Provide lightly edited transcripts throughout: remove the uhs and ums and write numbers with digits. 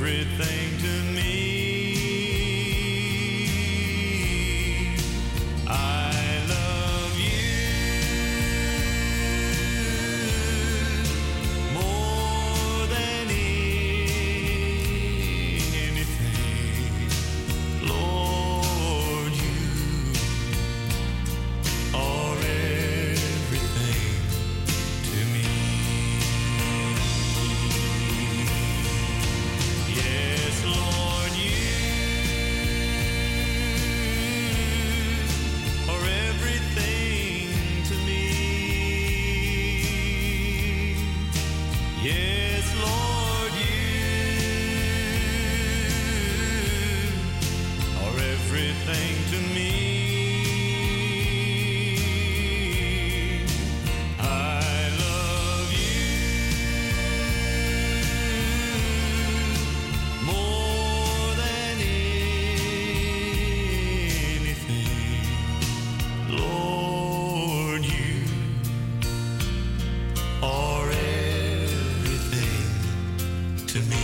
everything to me. I love you more than anything. Lord, you are everything to me. Yes, Lord, you are everything to me. Yes, Lord, you are everything to me. I love you more than anything. Lord, you are everything to me.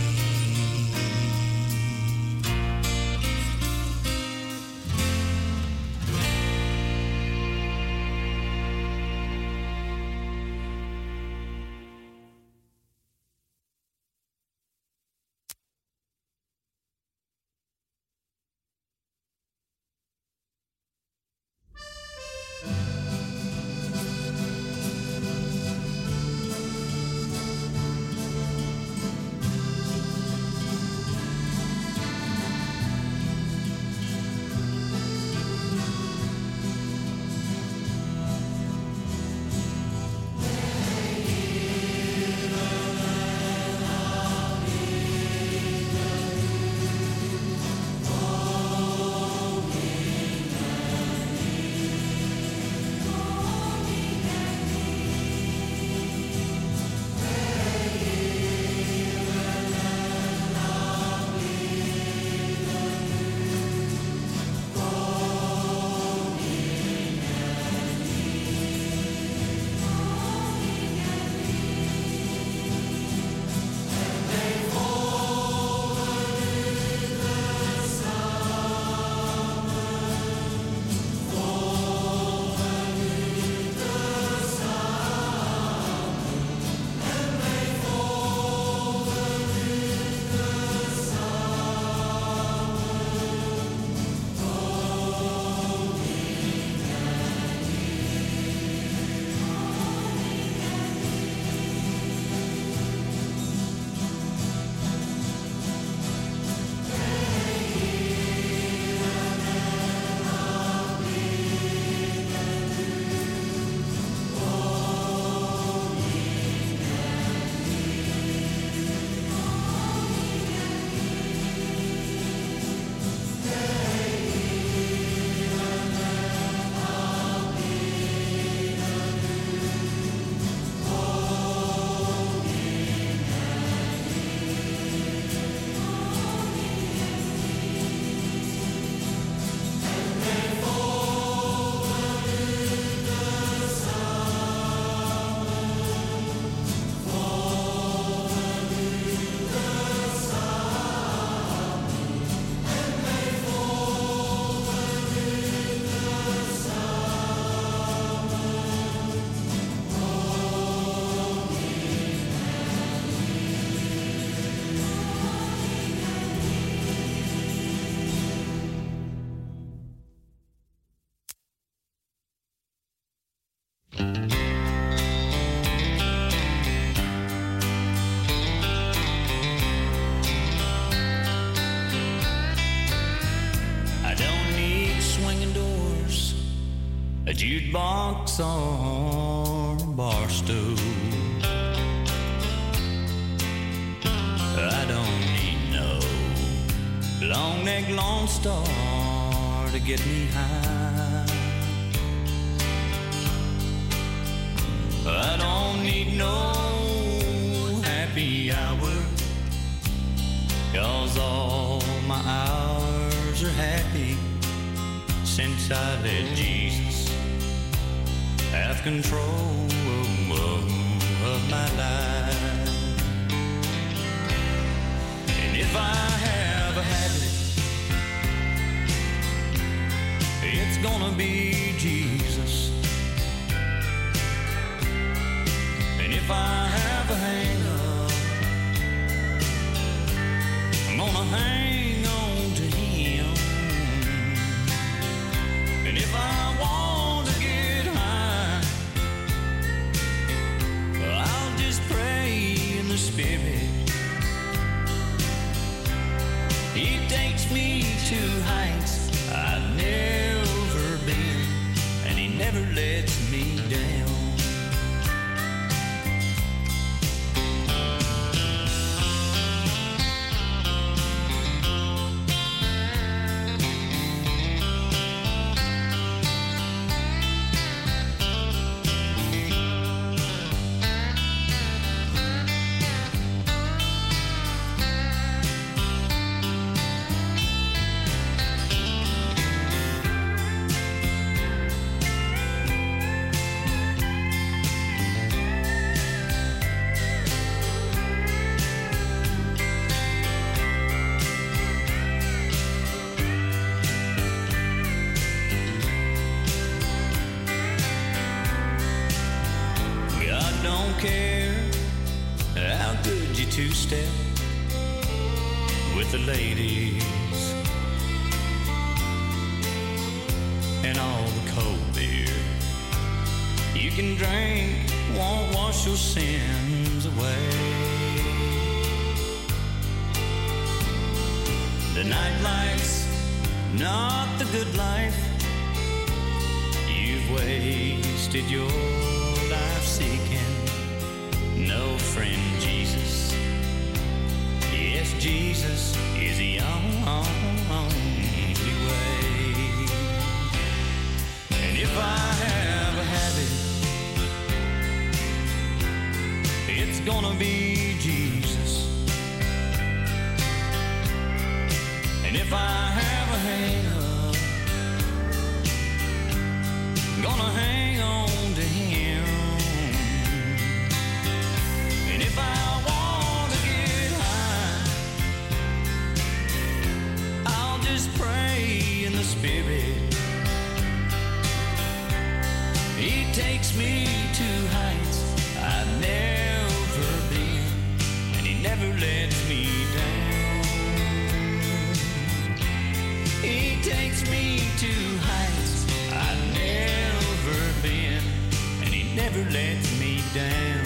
a jukebox or a bar stool. I don't need no long neck Lone Star to get me high. I don't need no happy hour, 'cause all my hours are happy since I let Jesus have control of my life. And it's gonna be Jesus. And if I have a hang-up, I'm gonna hang on to him. And if I want to get high, I'll just pray in the Spirit. He takes me to heights I've never been, and he never lets me down. Two-step with the ladies and all the cold beer you can drink won't wash your sins away. The nightlife's not the good life. You've wasted your life seeking no friend Jesus. Yes, Jesus is the only way. And if I have a habit, it's gonna be Jesus. And if I have a hang-up, I'm gonna hang on to him. And if I pray in the Spirit. He takes me to heights I've never been, and he never lets me down. He takes me to heights I've never been, and he never lets me down.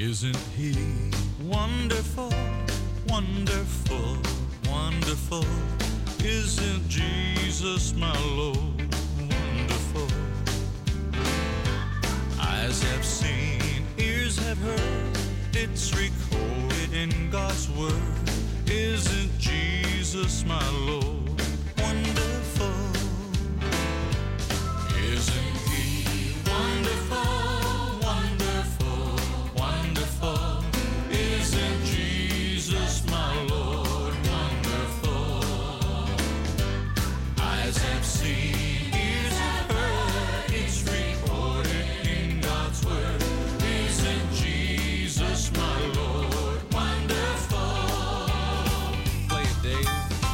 Isn't he wonderful, wonderful, wonderful? Isn't Jesus my Lord wonderful? Eyes have seen, ears have heard, it's recorded in God's word. Isn't Jesus my Lord wonderful? Isn't he wonderful, wonderful, wonderful? Isn't Jesus my Lord wonderful? Eyes have seen, ears have heard, it's recorded in God's word. Isn't Jesus my Lord wonderful? Play it, Dave.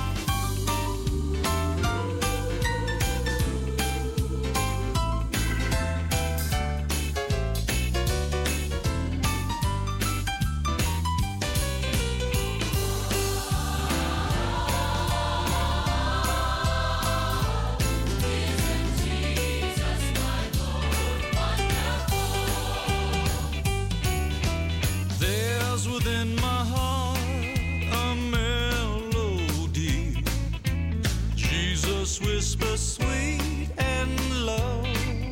There's within my heart a melody. Jesus whispers sweet and low.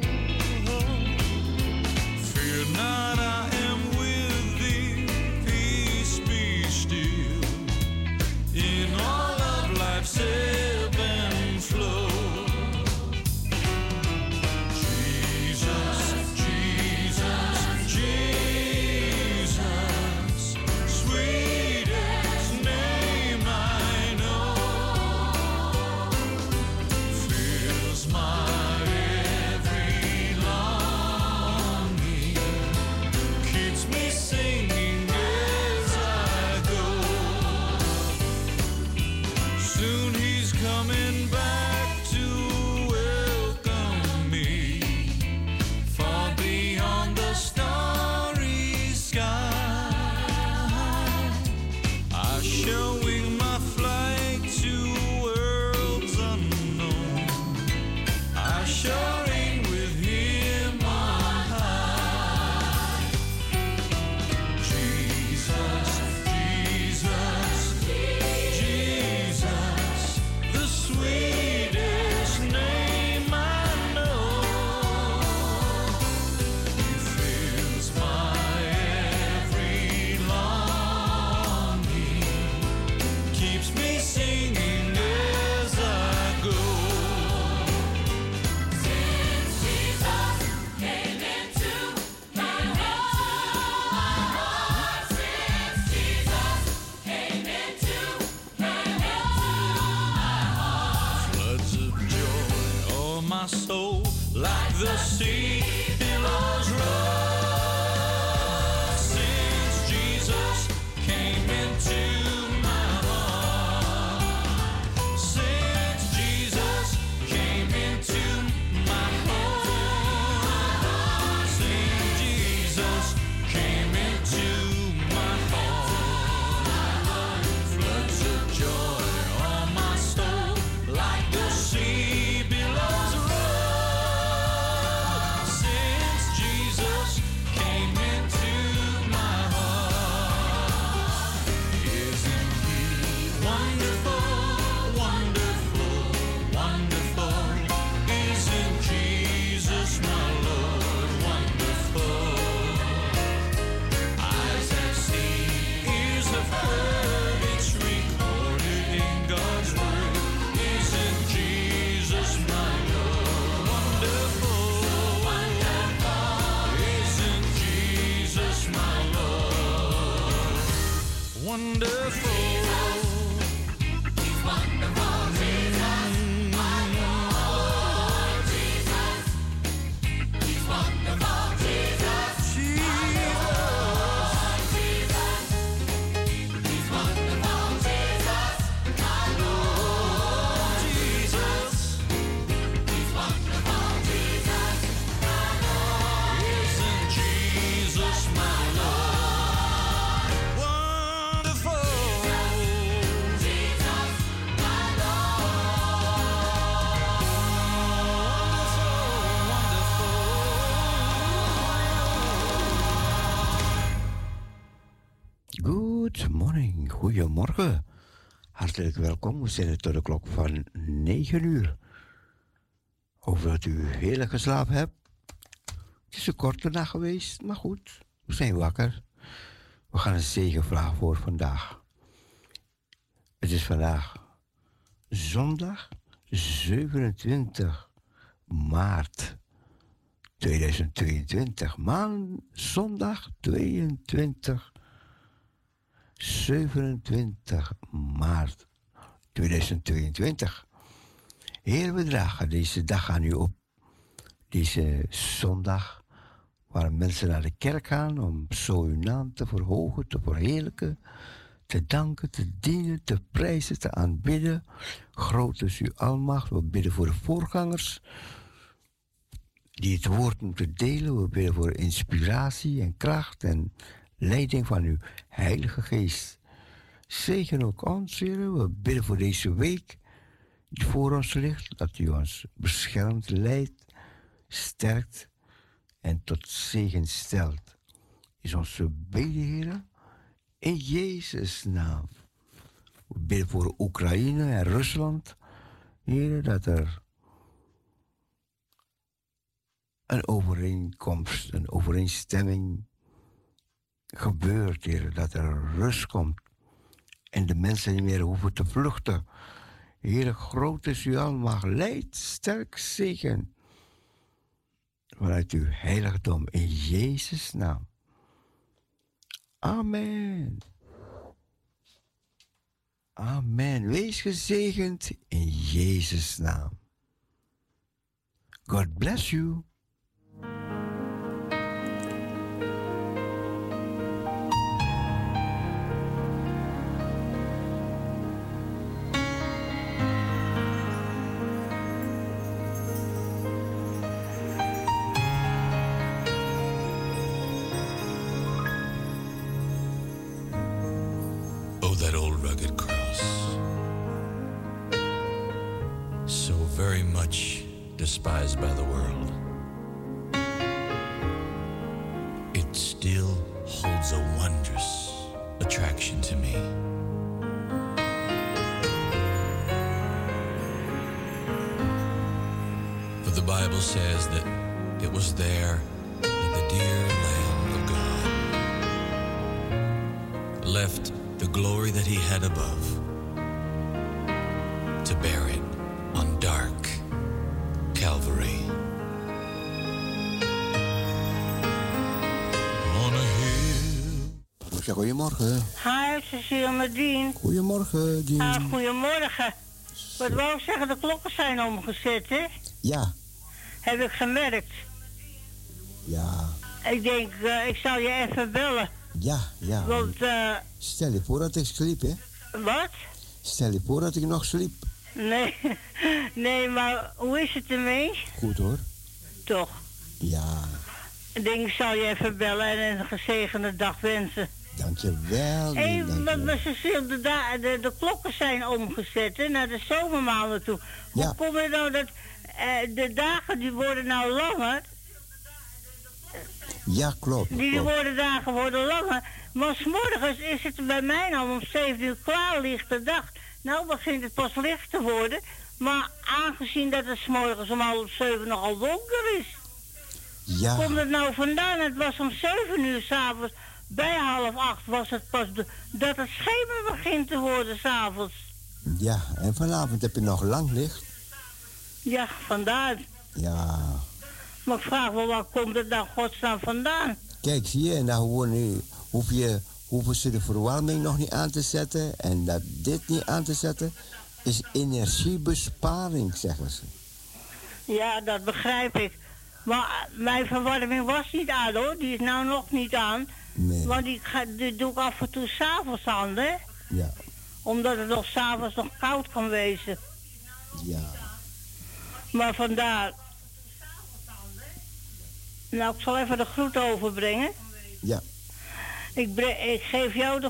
Fear not, I am with thee. Peace be still. In all of life's ebb and flow. Jesus, Jesus, Jesus, sweetest name I know, fills my every longing, keeps me singing as I go. Soon he's coming back to welcome me, far beyond the starry sky. I shall wing my flight to worlds unknown. I shall reign with him on high. Jesus, Jesus, Jesus, the sweetest name I know. He fills my every longing, keeps me singing as I go. Since Jesus came into my heart, since Jesus came into my heart, floods of joy o'er my soul, like the sea billows roll. Since Jesus came into my heart, since Jesus came into my heart, since Jesus came into my heart, floods of joy on my soul, like the sea billows roll. Since Jesus came into my heart, isn't he wonderful, wonderful, wonderful? Isn't Jesus my Lord wonderful? Eyes have seen, ears have heard, it's recorded in God's word. Isn't Jesus my Lord wonderful? Isn't Jesus my Lord wonderful? He's wonderful, Jesus, my Lord. Jesus, he's wonderful, Jesus, Jesus, he's wonderful, Jesus, my Lord. Jesus, he's wonderful, Jesus, my Lord. Isn't Jesus my Lord wonderful? Good morning, goedemorgen. Hartelijk welkom. We zijn tot de klok van 9 uur. Hoop dat u heerlijk geslapen hebt. Het is een korte nacht geweest, maar goed, we zijn wakker. We gaan een zegen vragen voor vandaag. Het is vandaag zondag 27 maart 2022. Zondag 27 maart 2022. Heer, we dragen deze dag aan u op. Deze zondag, waar mensen naar de kerk gaan om zo uw naam te verhogen, te verheerlijken, te danken, te dienen, te prijzen, te aanbidden. Groot is uw almacht. We bidden voor de voorgangers die het woord moeten delen. We bidden voor inspiratie en kracht en leiding van uw Heilige Geest. Zegen ook ons, Heer. We bidden voor deze week die voor ons ligt, dat u ons beschermt, leidt, sterkt en tot zegen stelt. Is onze bede, Heer, in Jezus' naam. We bidden voor Oekraïne en Rusland, Heer, dat er een overeenkomst, een overeenstemming gebeurt, Heer, dat er rust komt en de mensen niet meer hoeven te vluchten. Heer, groot is uw almacht, leid, sterk, zegen vanuit uw heiligdom in Jezus' naam. Amen. Amen. Wees gezegend in Jezus' naam. God bless you. That old rugged cross, so very much despised by the world, it still holds a wondrous attraction to me. For the Bible says that it was there that the dear Lamb of God left the glory that he had above to bear it on dark Calvary. On a hill. Goedemorgen. Hi, Cecile met Dien. Goedemorgen, Dien. Goedemorgen. Wat wou ik zeggen, de klokken zijn omgezet, hè? Ja. Heb ik gemerkt. Ja. Ik denk, ik zal je even bellen. Ja. Want, stel je voor dat ik sliep, hè? Wat? Stel je voor dat ik nog sliep. Nee, maar hoe is het ermee? Goed, hoor. Toch? Ja. Ik denk, ik zal je even bellen en een gezegende dag wensen. Dankjewel. Hé, maar Cecile, de klokken zijn omgezet, hè, naar de zomermaanden toe. Ja. Hoe komt het nou dat de dagen die worden nou langer? Ja, klopt. Dagen worden langer. Maar 's morgens is het bij mij nou om 7 uur klaar, lichte dag. Nou begint het pas licht te worden. Maar aangezien dat het 's morgens om 6:30 nogal donker is. Ja. Komt het nou vandaan? Het was om 7 uur 's avonds. Bij 7:30 was het pas dat het schemer begint te worden 's avonds. Ja, en vanavond heb je nog lang licht. Ja, vandaar. Ja. Maar ik vraag me, waar komt het nou godsnaam vandaan? Kijk, zie je, en dan hoeven ze de verwarming nog niet aan te zetten. En dat dit niet aan te zetten is energiebesparing, zeggen ze. Ja, dat begrijp ik. Maar mijn verwarming was niet aan, hoor. Die is nou nog niet aan. Nee. Want die doe ik af en toe 's avonds aan, hè. Ja. Omdat het nog 's avonds nog koud kan wezen. Ja. Maar vandaar. Nou, ik zal even de groeten overbrengen. Ja. Ik geef jou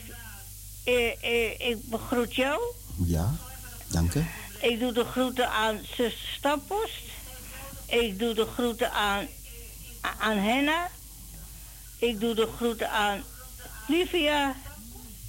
ik begroet jou. Ja, dank u. Ik doe de groeten aan zuster Stampost. Ik doe de groeten aan Henna. Ik doe de groeten aan Livia.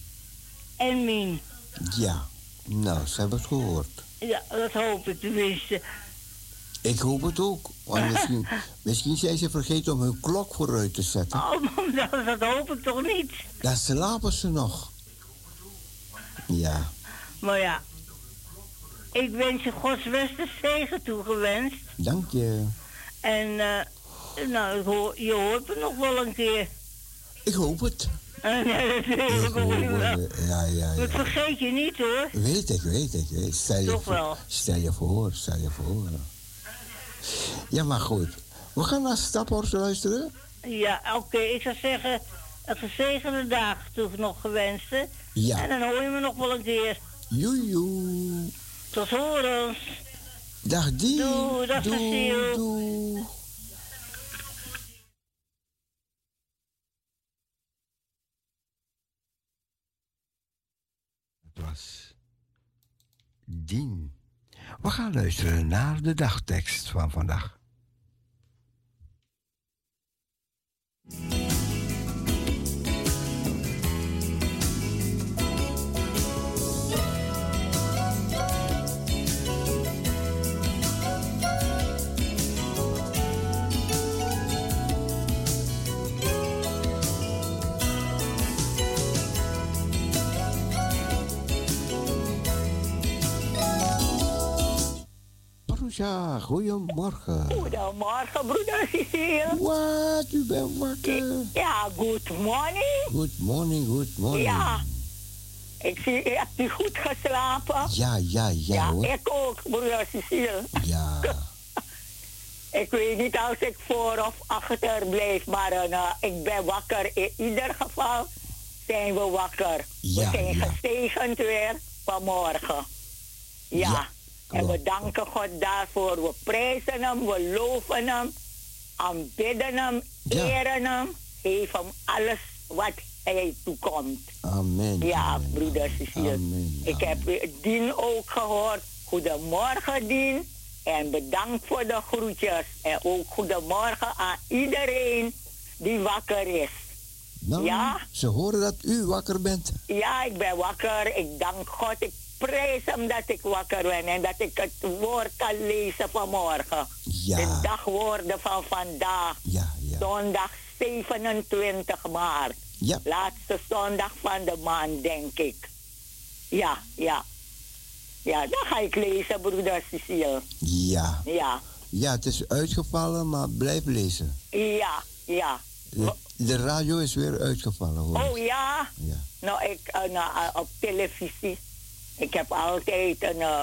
en Mien. Ja, nou, ze hebben het gehoord. Ja, dat hoop ik tenminste. Ik hoop het ook. Want misschien zijn ze vergeten om hun klok vooruit te zetten. Oh, dat hoop ik toch niet. Dan slapen ze nog. Ja. Maar ja, ik wens je Gods beste zegen toegewenst. Dank je. En nou, je hoort me nog wel een keer. Ik hoop het. Ja, natuurlijk hoor je wel. Ja. Dat vergeet je niet hoor. Weet ik. Toch wel. Stel je voor. Ja, maar goed. We gaan naar Staphorst luisteren. Ja, oké. Ik zou zeggen, een gezegende dag toe nog gewenst. Hè? Ja. En dan hoor je me nog wel een keer. Joejoe. Tot horens. Dag die. Doei, dag Cecile. Doei. Het was Dien. We gaan luisteren naar de dagtekst van vandaag. Ja, goedemorgen. Goedemorgen, broeder Cecile. Wat, u bent wakker? Ja, good morning. Good morning. Ja, ik zie, hebt u goed geslapen? Ja, hoor. Ik ook, broeder Cecile. Ja. Ik weet niet als ik voor of achter blijf, maar ik ben wakker. In ieder geval zijn we wakker. Ja, we zijn gezegend weer vanmorgen. Ja. En we danken God daarvoor. We prijzen hem, we loven hem, aanbidden hem, eren hem. Geef hem alles wat hij toekomt. Amen. Ja, broeder Cecile. Ik heb Dien ook gehoord. Goedemorgen, Dien. En bedankt voor de groetjes. En ook goedemorgen aan iedereen die wakker is. Nou, ja? Ze horen dat u wakker bent. Ja, ik ben wakker. Ik dank God. Ik prijs hem dat ik wakker ben en dat ik het woord kan lezen vanmorgen. Ja. De dagwoorden van vandaag. Ja. Zondag 27 maart. Ja. Laatste zondag van de maand, denk ik. Ja, dan ga ik lezen, broeder Cecile. Ja. Ja, het is uitgevallen, maar blijf lezen. Ja. De radio is weer uitgevallen, hoor. Oh ja? Ja. Nou, ik op televisie. Ik heb altijd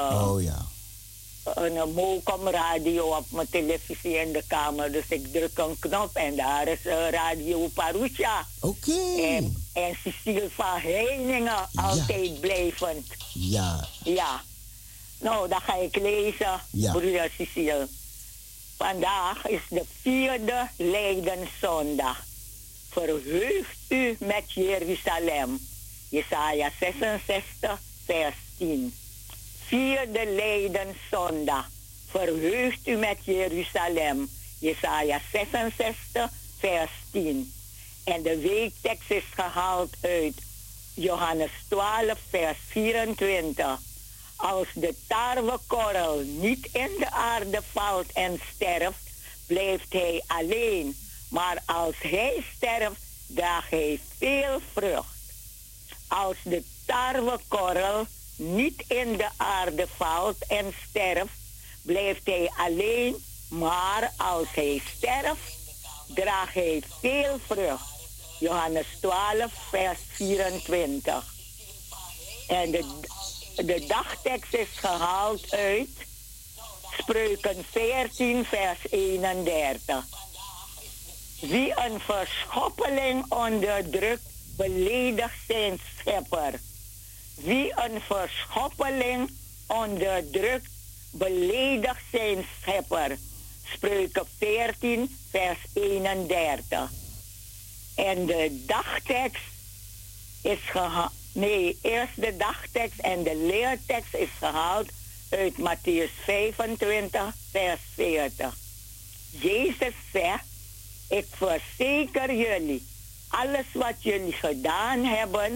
een Mocom radio op mijn televisie in de kamer. Dus ik druk een knop en daar is Radio Parousia. Oké. En Cecile van Heiningen, altijd blijvend. Ja. Nou, dan ga ik lezen, broeder Cecile. Vandaag is de 4e Lijdenszondag. Verheugt u met Jeruzalem. Jesaja 66, vers 10. 4e Lijdenszondag. Verheugt u met Jeruzalem. Jesaja 66, vers 10. En de weektekst is gehaald uit Johannes 12, vers 24. Als de tarwekorrel niet in de aarde valt en sterft, blijft hij alleen. Maar als hij sterft, draagt hij veel vrucht. Als de tarwekorrel niet in de aarde valt en sterft, blijft hij alleen. Maar als hij sterft, draagt hij veel vrucht. Johannes 12, vers 24. En de dagtekst is gehaald uit Spreuken 14, vers 31. Wie een verschoppeling onderdrukt, beledigt zijn schepper. Wie een verschoppeling onderdrukt, beledigt zijn schepper. Spreuken 14, vers 31. En de dagtekst is gehaald. Nee, eerst de dagtekst en de leertekst is gehaald uit Mattheüs 25, vers 40. Jezus zegt, ik verzeker jullie, alles wat jullie gedaan hebben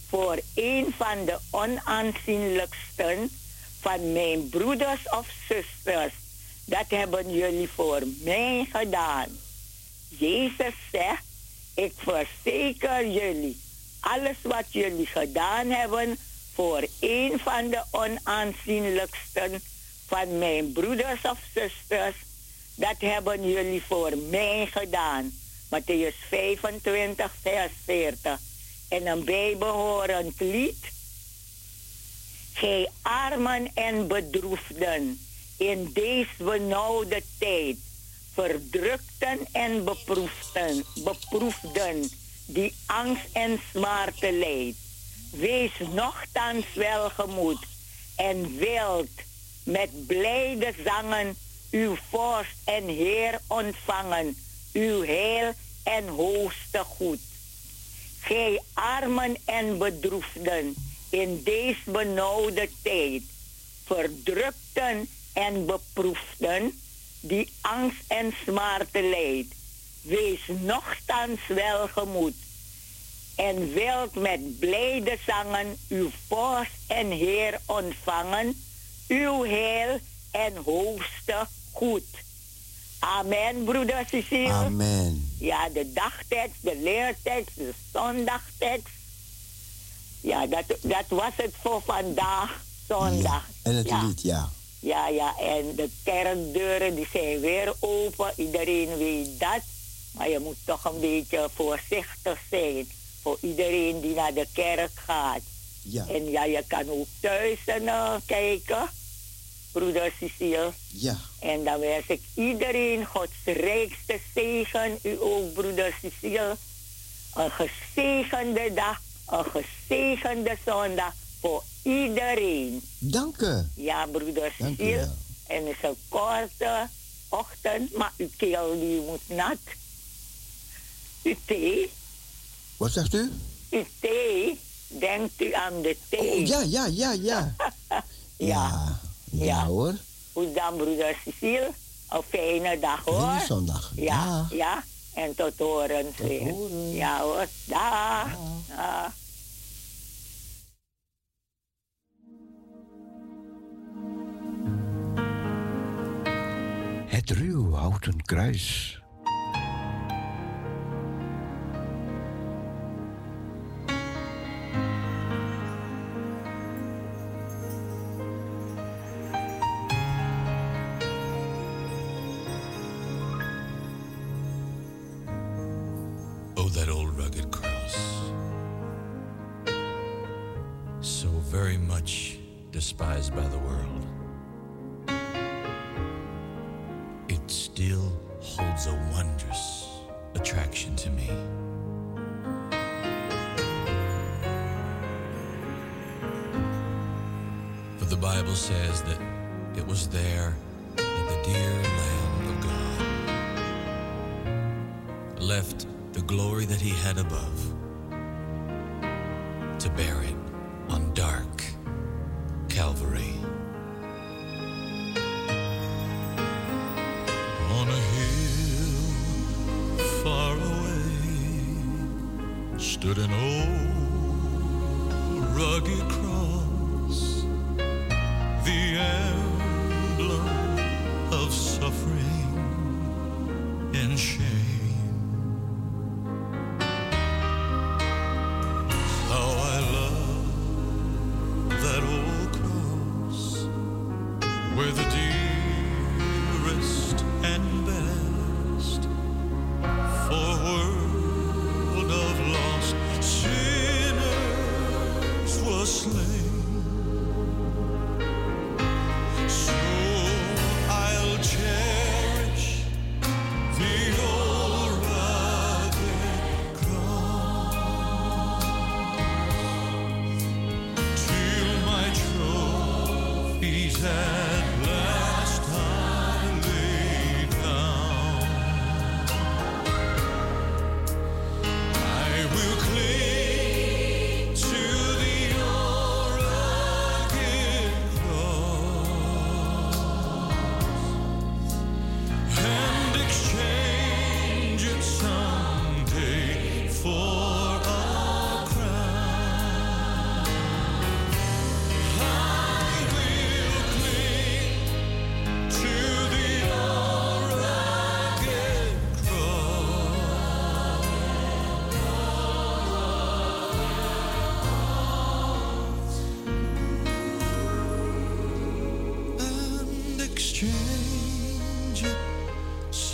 voor een van de onaanzienlijksten van mijn broeders of zusters. Dat hebben jullie voor mij gedaan. Jezus zegt, ik verzeker jullie, alles wat jullie gedaan hebben voor een van de onaanzienlijksten van mijn broeders of zusters, dat hebben jullie voor mij gedaan. Mattheüs 25, vers 40. En een bijbehorend lied. Gij armen en bedroefden, in deze benauwde tijd, verdrukten en beproefden, die angst en smarte leidt. Wees nochtans welgemoed en wilt met blijde zangen uw vorst en Heer ontvangen, uw heil en hoogste goed. Gij armen en bedroefden, in deze benauwde tijd, verdrukten en beproefden, die angst en smarte leidt. Wees nochtans welgemoed en wilt met blijde zangen uw vorst en Heer ontvangen, uw heil en hoogste goed. Amen, broeder Cecile. Amen. Ja, de dagtekst, de leertekst, de zondagtekst. Ja, dat was het voor vandaag, zondag. Ja, en het lied, ja. Ja, en de kerkdeuren die zijn weer open. Iedereen weet dat. Maar je moet toch een beetje voorzichtig zijn. Voor iedereen die naar de kerk gaat. Ja. En ja, je kan ook thuis kijken. Broeder Cecile. Ja. En dan wens ik iedereen Gods rijkste zegen. U ook, broeder Cecile. Een gezegende dag. Een gezegende zondag voor iedereen. Dank u. Ja, broeder Cecile. En het is een korte ochtend, maar uw keel die moet nat. Uw thee. Wat zegt u? Uw thee. Denkt u aan de thee? Oh, ja. Ja hoor. Hoe dan, broeder Cecile? Een fijne dag hoor. Fijne zondag. Ja. En tot horen. Ja hoor. Dag. Het ruw houten kruis. Oh, that old rugged cross, so very much despised by the world. It still holds a wondrous attraction to me. For the Bible says that it was there that the dear Lamb of God left the glory that he had above to bear it on dark Calvary. On a hill far away stood an old rugged cross, the emblem of suffering and shame. Where the dearest and best for world of lost sinners was slain. So I'll cherish the old rugged cross till my trophies at last I lay down. I will cling to the old rugged cross and exchange it someday for a crown.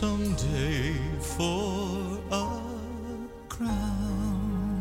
someday for a crown.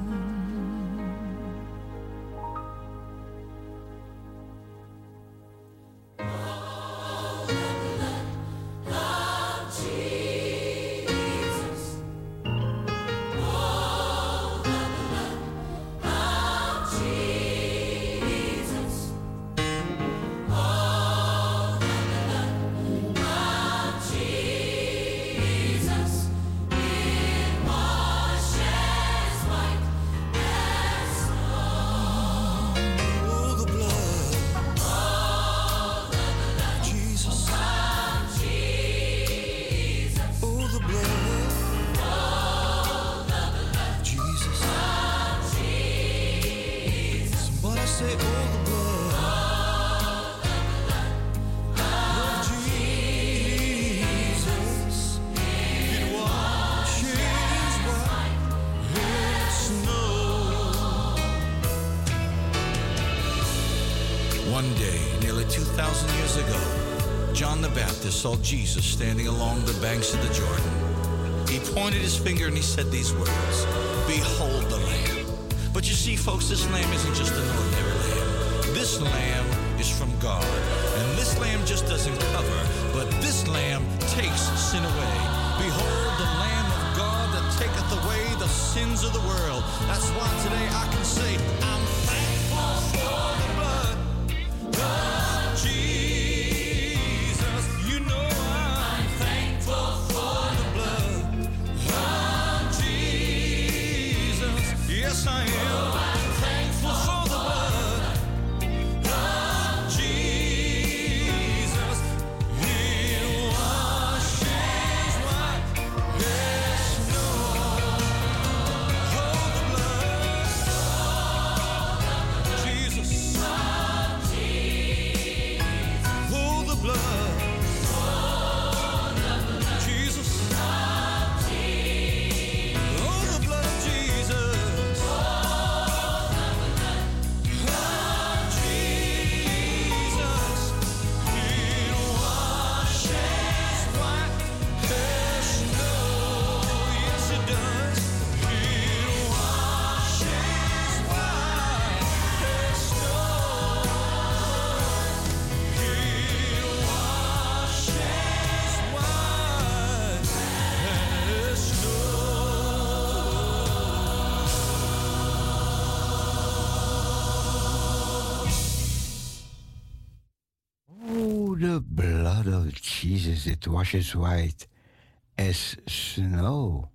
One day, nearly 2,000 years ago, John the Baptist saw Jesus standing along the banks of the Jordan. He pointed his finger and he said these words, "Behold the Lamb." But you see, folks, this lamb isn't just an ordinary lamb. This lamb is from God. And this lamb just doesn't cover, but this lamb takes sin away. Behold the Lamb of God that taketh away the sins of the world. That's why today I can say, I'm thankful for the blood of Jesus. You know I'm thankful for the blood of Jesus. Yes, I am. I'm thankful for the blood of Jesus. It washes white as snow. Oh, the blood of Jesus. Oh, the blood of Jesus. Oh, the blood of Jesus. Oh, the blood of Jesus, it washes white as snow.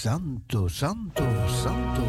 Santo, Santo, Santo.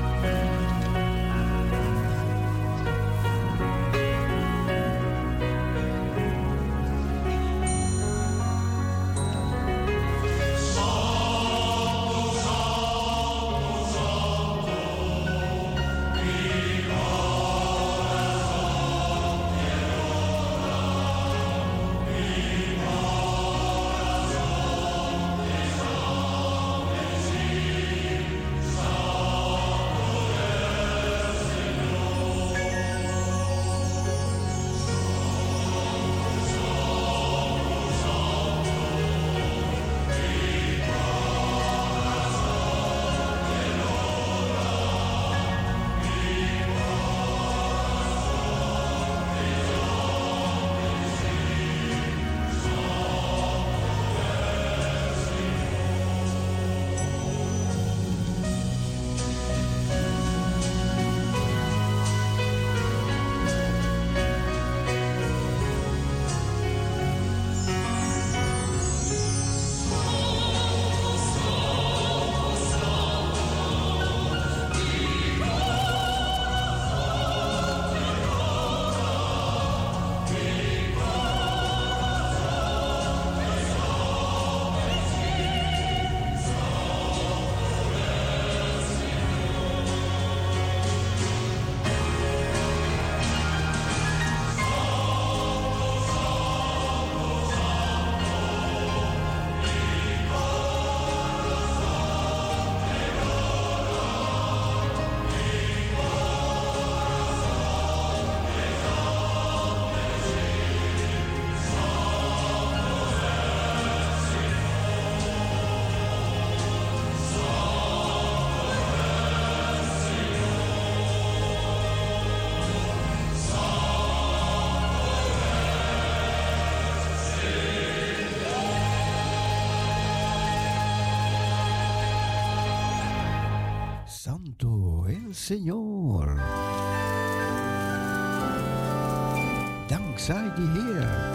Santo el Señor. Dank zij de Heer.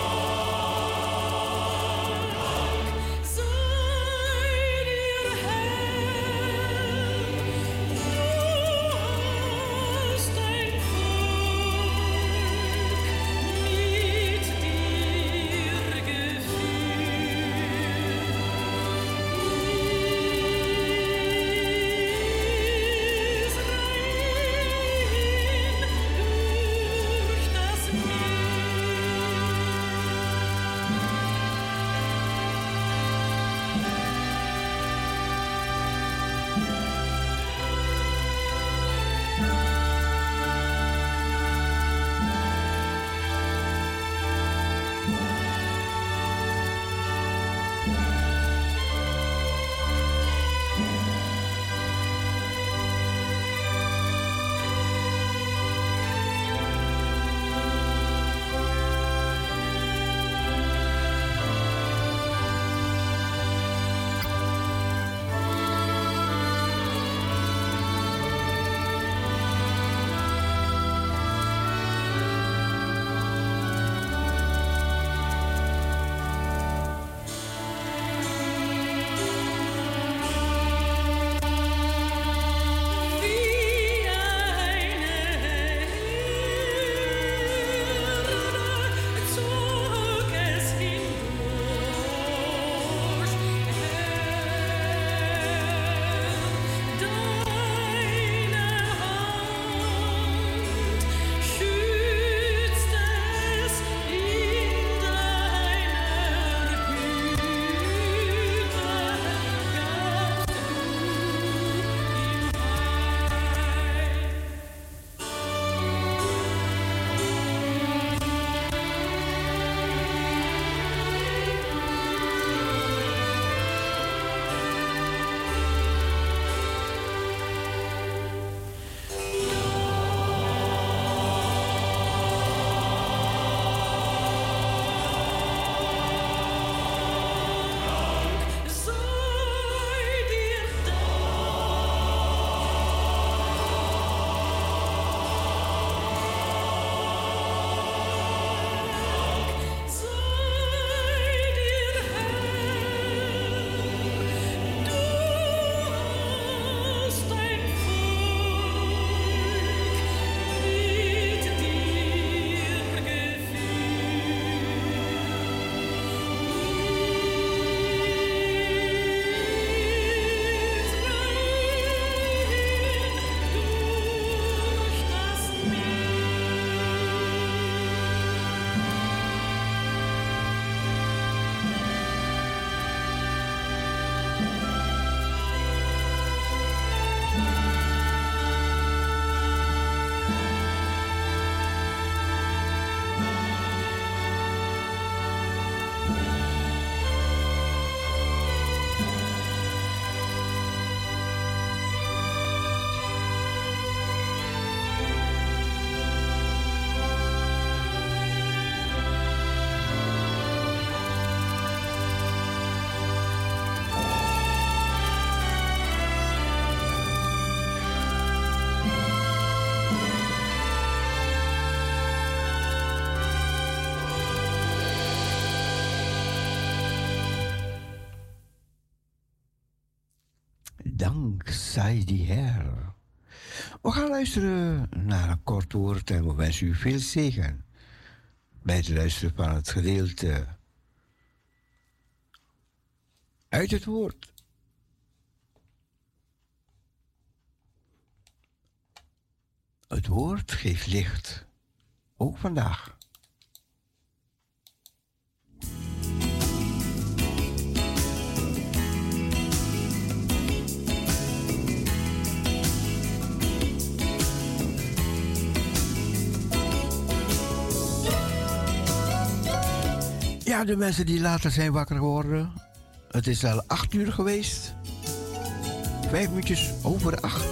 Sei dir Herr. dank zij die Heer. We gaan luisteren naar een kort woord en we wensen u veel zegen bij het luisteren van het gedeelte uit het woord. Het woord geeft licht, ook vandaag. Ja, de mensen die later zijn wakker geworden. Het is al 8 uur geweest. 5 minuutjes over 8.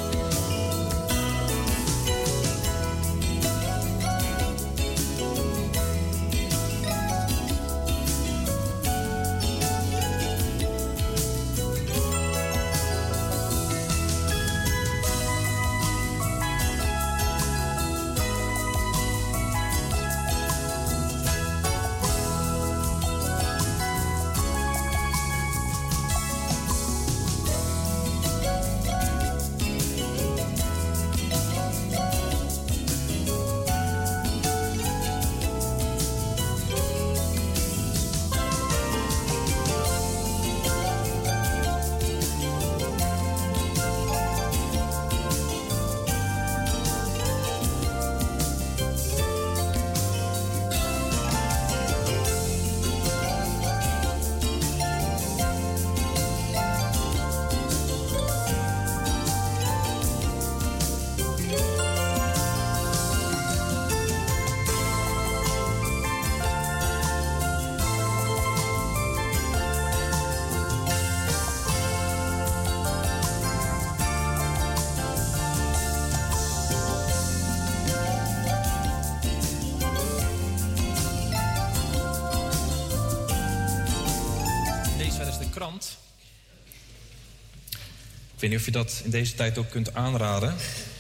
Ik weet niet of je dat in deze tijd ook kunt aanraden.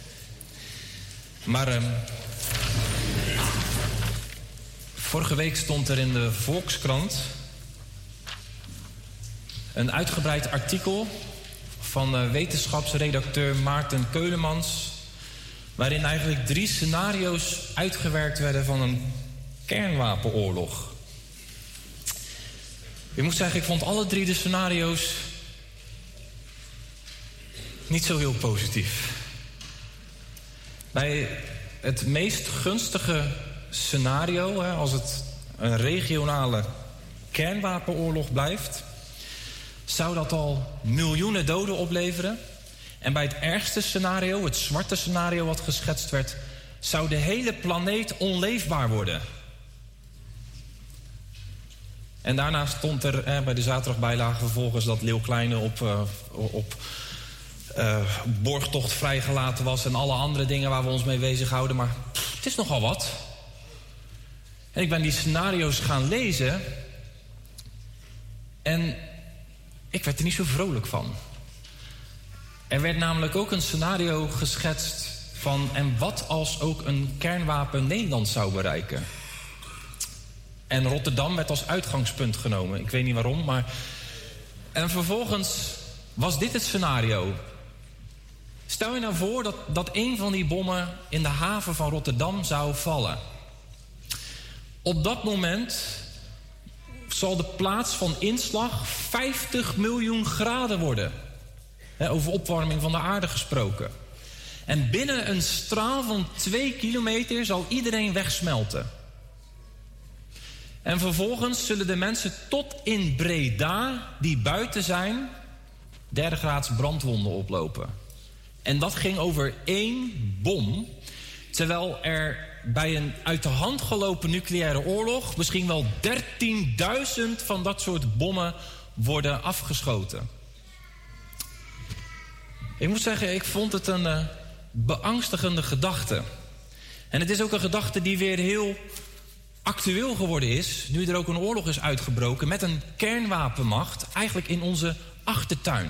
Maar vorige week stond er in de Volkskrant een uitgebreid artikel van wetenschapsredacteur Maarten Keulemans, waarin eigenlijk 3 scenario's uitgewerkt werden van een kernwapenoorlog. Ik moet zeggen, ik vond alle 3 de scenario's niet zo heel positief. Bij het meest gunstige scenario, als het een regionale kernwapenoorlog blijft, zou dat al miljoenen doden opleveren. En bij het ergste scenario, het zwarte scenario wat geschetst werd, zou de hele planeet onleefbaar worden. En daarna stond er bij de zaterdagbijlage vervolgens dat Leeuw Kleine op borgtocht vrijgelaten was en alle andere dingen waar we ons mee bezighouden. Maar het is nogal wat. En ik ben die scenario's gaan lezen en ik werd er niet zo vrolijk van. Er werd namelijk ook een scenario geschetst van en wat als ook een kernwapen Nederland zou bereiken. En Rotterdam werd als uitgangspunt genomen. Ik weet niet waarom, maar... En vervolgens was dit het scenario. Stel je nou voor dat een van die bommen in de haven van Rotterdam zou vallen. Op dat moment zal de plaats van inslag 50 miljoen graden worden. Over opwarming van de aarde gesproken. En binnen een straal van 2 kilometer zal iedereen wegsmelten. En vervolgens zullen de mensen tot in Breda, die buiten zijn, 3e graads brandwonden oplopen. En dat ging over 1 bom. Terwijl er bij een uit de hand gelopen nucleaire oorlog misschien wel 13.000 van dat soort bommen worden afgeschoten. Ik moet zeggen, ik vond het een beangstigende gedachte. En het is ook een gedachte die weer heel actueel geworden is, nu er ook een oorlog is uitgebroken met een kernwapenmacht, eigenlijk in onze achtertuin.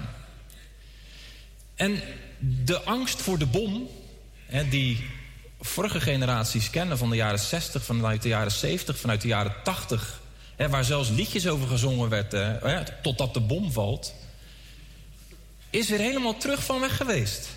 En de angst voor de bom, die vorige generaties kennen van de jaren 60, vanuit de jaren 70, vanuit de jaren 80, waar zelfs liedjes over gezongen werd, totdat de bom valt, is weer helemaal terug van weg geweest.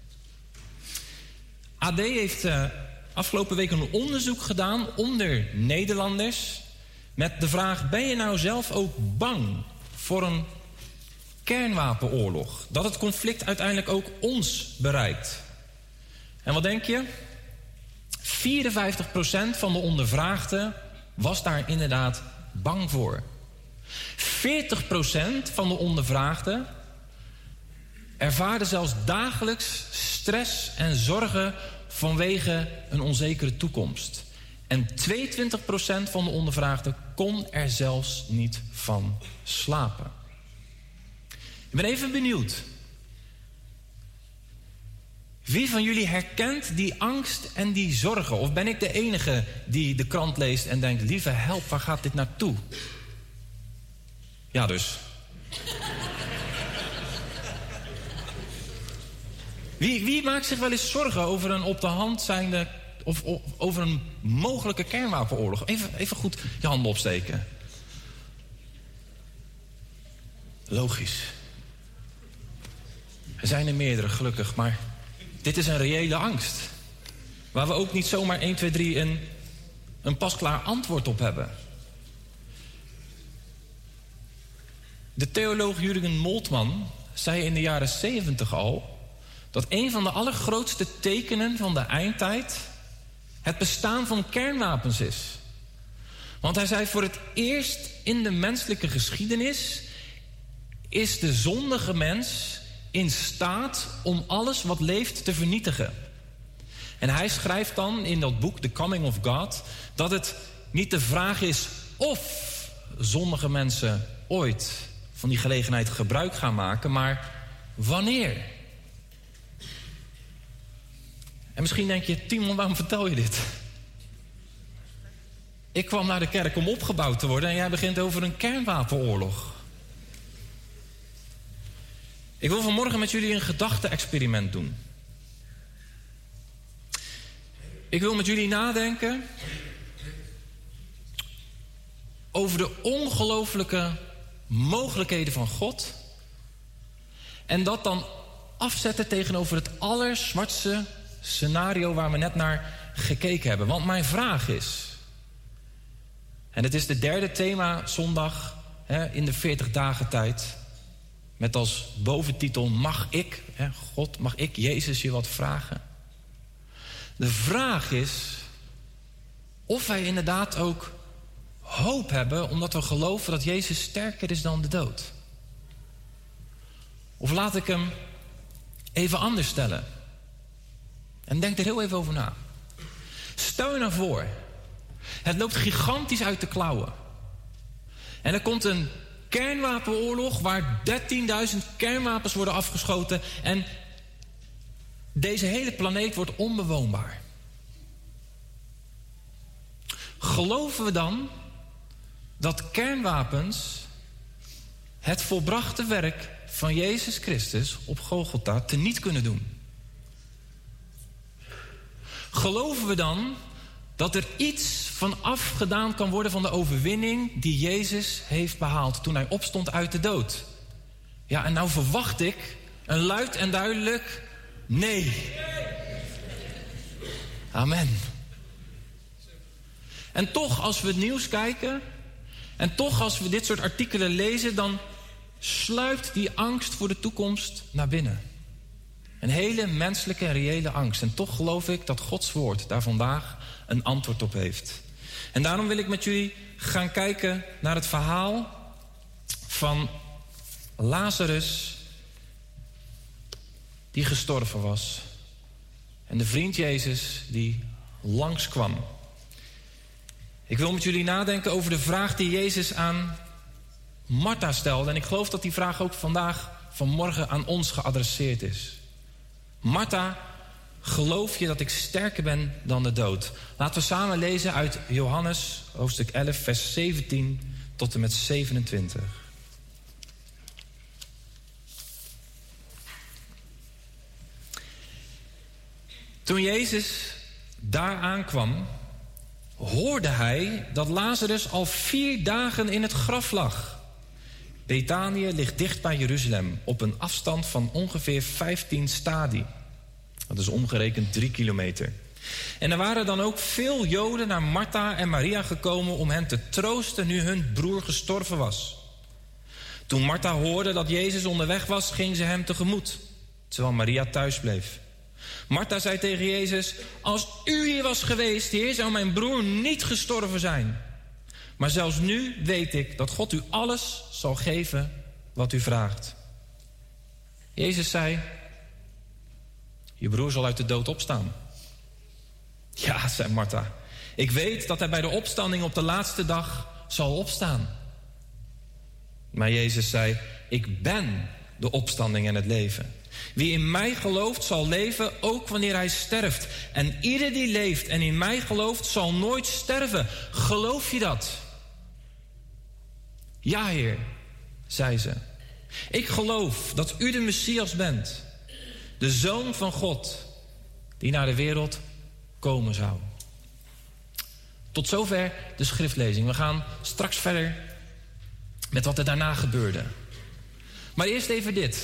AD heeft afgelopen week een onderzoek gedaan onder Nederlanders met de vraag: ben je nou zelf ook bang voor een kernwapenoorlog? Dat het conflict uiteindelijk ook ons bereikt? En wat denk je? 54% van de ondervraagden was daar inderdaad bang voor. 40% van de ondervraagden ervaarde zelfs dagelijks stress en zorgen vanwege een onzekere toekomst. En 22% van de ondervraagden kon er zelfs niet van slapen. Ik ben even benieuwd. Wie van jullie herkent die angst en die zorgen? Of ben ik de enige die de krant leest en denkt: lieve help, waar gaat dit naartoe? Ja, dus. Wie maakt zich wel eens zorgen over een op de hand zijnde of over een mogelijke kernwapenoorlog? Even goed je handen opsteken. Logisch. Er zijn er meerdere, gelukkig, maar dit is een reële angst. Waar we ook niet zomaar 1, 2, 3 een pasklaar antwoord op hebben. De theoloog Jürgen Moltmann zei in de jaren 70 al dat een van de allergrootste tekenen van de eindtijd het bestaan van kernwapens is. Want hij zei: voor het eerst in de menselijke geschiedenis is de zondige mens in staat om alles wat leeft te vernietigen. En hij schrijft dan in dat boek The Coming of God dat het niet de vraag is of zondige mensen ooit van die gelegenheid gebruik gaan maken, maar wanneer. En misschien denk je: Timon, waarom vertel je dit? Ik kwam naar de kerk om opgebouwd te worden en jij begint over een kernwapenoorlog. Ik wil vanmorgen met jullie een gedachte-experiment doen. Ik wil met jullie nadenken over de ongelooflijke mogelijkheden van God en dat dan afzetten tegenover het allerzwartste scenario waar we net naar gekeken hebben. Want mijn vraag is, en het is de derde thema zondag in de 40 dagen tijd, met als boventitel: mag ik, God, mag ik, Jezus, je wat vragen? De vraag is of wij inderdaad ook hoop hebben omdat we geloven dat Jezus sterker is dan de dood. Of laat ik hem even anders stellen. En denk er heel even over na. Stel je nou voor, het loopt gigantisch uit de klauwen. En er komt een kernwapenoorlog waar 13.000 kernwapens worden afgeschoten en deze hele planeet wordt onbewoonbaar. Geloven we dan dat kernwapens het volbrachte werk van Jezus Christus op Golgotha teniet kunnen doen? Geloven we dan dat er iets van afgedaan kan worden van de overwinning die Jezus heeft behaald toen hij opstond uit de dood? Ja, en nou verwacht ik een luid en duidelijk nee. Amen. En toch, als we het nieuws kijken en toch als we dit soort artikelen lezen, dan sluipt die angst voor de toekomst naar binnen. Een hele menselijke en reële angst. En toch geloof ik dat Gods woord daar vandaag een antwoord op heeft. En daarom wil ik met jullie gaan kijken naar het verhaal van Lazarus die gestorven was. En de vriend Jezus die langskwam. Ik wil met jullie nadenken over de vraag die Jezus aan Martha stelde. En ik geloof dat die vraag ook vanmorgen aan ons geadresseerd is. Martha, geloof je dat ik sterker ben dan de dood? Laten we samen lezen uit Johannes hoofdstuk 11 vers 17 tot en met 27. Toen Jezus daar aankwam, hoorde hij dat Lazarus al 4 dagen in het graf lag. Betanië ligt dicht bij Jeruzalem, op een afstand van ongeveer 15 stadii. Dat is omgerekend 3 kilometer. En er waren dan ook veel Joden naar Martha en Maria gekomen om hen te troosten nu hun broer gestorven was. Toen Martha hoorde dat Jezus onderweg was, ging ze hem tegemoet, terwijl Maria thuis bleef. Martha zei tegen Jezus: als u hier was geweest, Heer, zou mijn broer niet gestorven zijn. Maar zelfs nu weet ik dat God u alles zal geven wat u vraagt. Jezus zei: je broer zal uit de dood opstaan. Ja, zei Martha, ik weet dat hij bij de opstanding op de laatste dag zal opstaan. Maar Jezus zei: ik ben de opstanding en het leven. Wie in mij gelooft zal leven, ook wanneer hij sterft. En ieder die leeft en in mij gelooft zal nooit sterven. Geloof je dat? Ja, Heer, zei ze. Ik geloof dat u de Messias bent, de Zoon van God, die naar de wereld komen zou. Tot zover de schriftlezing. We gaan straks verder met wat er daarna gebeurde. Maar eerst even dit.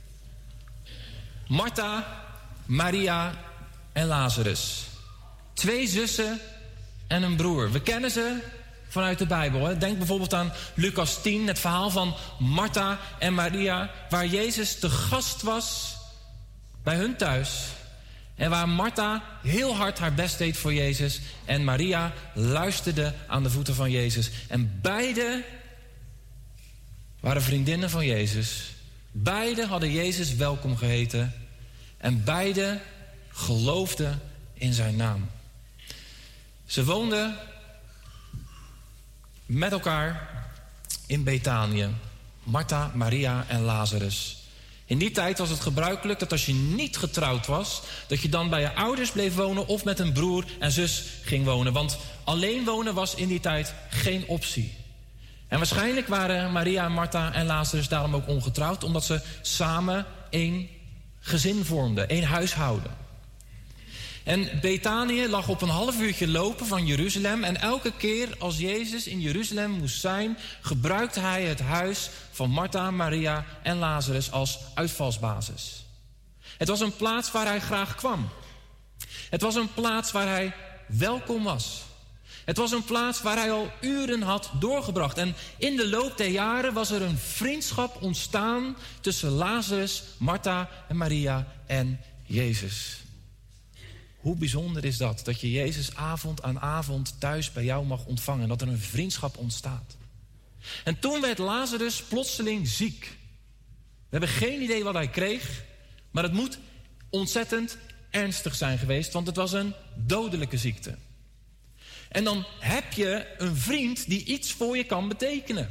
Martha, Maria en Lazarus. 2 zussen en een broer. We kennen ze vanuit de Bijbel. Hè? Denk bijvoorbeeld aan Lucas 10, het verhaal van Martha en Maria, waar Jezus te gast was bij hun thuis. En waar Martha heel hard haar best deed voor Jezus en Maria luisterde aan de voeten van Jezus. En beide waren vriendinnen van Jezus. Beide hadden Jezus welkom geheten. En beide geloofden in zijn naam. Ze woonden met elkaar in Betanië. Martha, Maria en Lazarus. In die tijd was het gebruikelijk dat als je niet getrouwd was, dat je dan bij je ouders bleef wonen of met een broer en zus ging wonen. Want alleen wonen was in die tijd geen optie. En waarschijnlijk waren Maria, Martha en Lazarus daarom ook ongetrouwd, omdat ze samen 1 gezin vormden, 1 huishouden. En Betanië lag op een half uurtje lopen van Jeruzalem. En elke keer als Jezus in Jeruzalem moest zijn, gebruikte hij het huis van Martha, Maria en Lazarus als uitvalsbasis. Het was een plaats waar hij graag kwam. Het was een plaats waar hij welkom was. Het was een plaats waar hij al uren had doorgebracht. En in de loop der jaren was er een vriendschap ontstaan tussen Lazarus, Martha en Maria en Jezus. Hoe bijzonder is dat je Jezus avond aan avond thuis bij jou mag ontvangen. Dat er een vriendschap ontstaat. En toen werd Lazarus plotseling ziek. We hebben geen idee wat hij kreeg, maar het moet ontzettend ernstig zijn geweest, want het was een dodelijke ziekte. En dan heb je een vriend die iets voor je kan betekenen.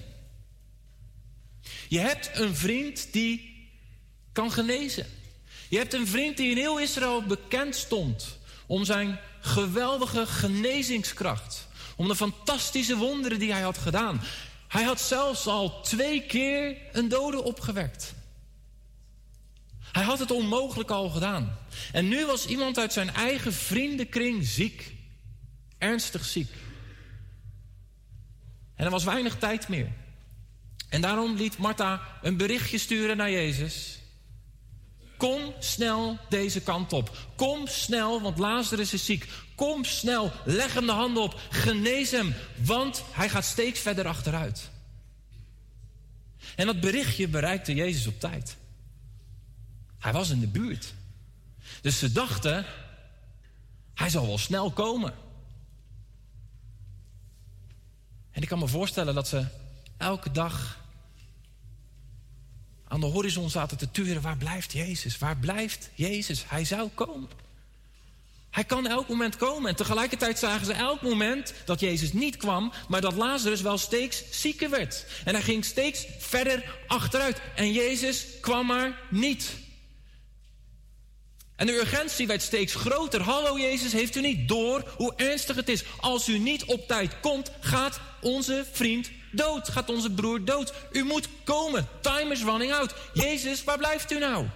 Je hebt een vriend die kan genezen. Je hebt een vriend die in heel Israël bekend stond om zijn geweldige genezingskracht. Om de fantastische wonderen die hij had gedaan. Hij had zelfs al 2 keer een dode opgewekt. Hij had het onmogelijk al gedaan. En nu was iemand uit zijn eigen vriendenkring ziek. Ernstig ziek. En er was weinig tijd meer. En daarom liet Martha een berichtje sturen naar Jezus. Kom snel deze kant op. Kom snel, want Lazarus is ziek. Kom snel, leg hem de handen op. Genees hem, want hij gaat steeds verder achteruit. En dat berichtje bereikte Jezus op tijd. Hij was in de buurt. Dus ze dachten, hij zal wel snel komen. En ik kan me voorstellen dat ze elke dag aan de horizon zaten te turen. Waar blijft Jezus? Waar blijft Jezus? Hij zou komen. Hij kan elk moment komen. En tegelijkertijd zagen ze elk moment dat Jezus niet kwam, maar dat Lazarus wel steeds zieker werd. En hij ging steeds verder achteruit. En Jezus kwam maar niet. En de urgentie werd steeds groter. Hallo Jezus, heeft u niet door hoe ernstig het is? Als u niet op tijd komt, gaat onze vriend dood. Gaat onze broer dood. U moet komen. Time is running out. Jezus, waar blijft u nou?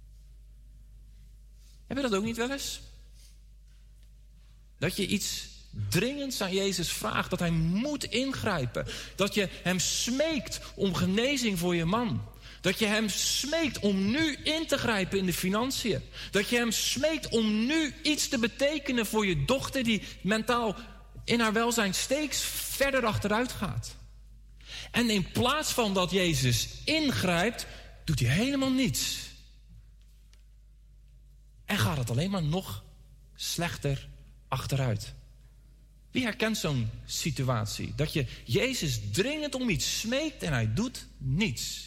Heb je dat ook niet wel eens? Dat je iets dringend aan Jezus vraagt, dat hij moet ingrijpen. Dat je hem smeekt om genezing voor je man. Dat je hem smeekt om nu in te grijpen in de financiën. Dat je hem smeekt om nu iets te betekenen voor je dochter die mentaal in haar welzijn steeds verder achteruit gaat. En in plaats van dat Jezus ingrijpt, doet hij helemaal niets. En gaat het alleen maar nog slechter achteruit. Wie herkent zo'n situatie? Dat je Jezus dringend om iets smeekt en hij doet niets.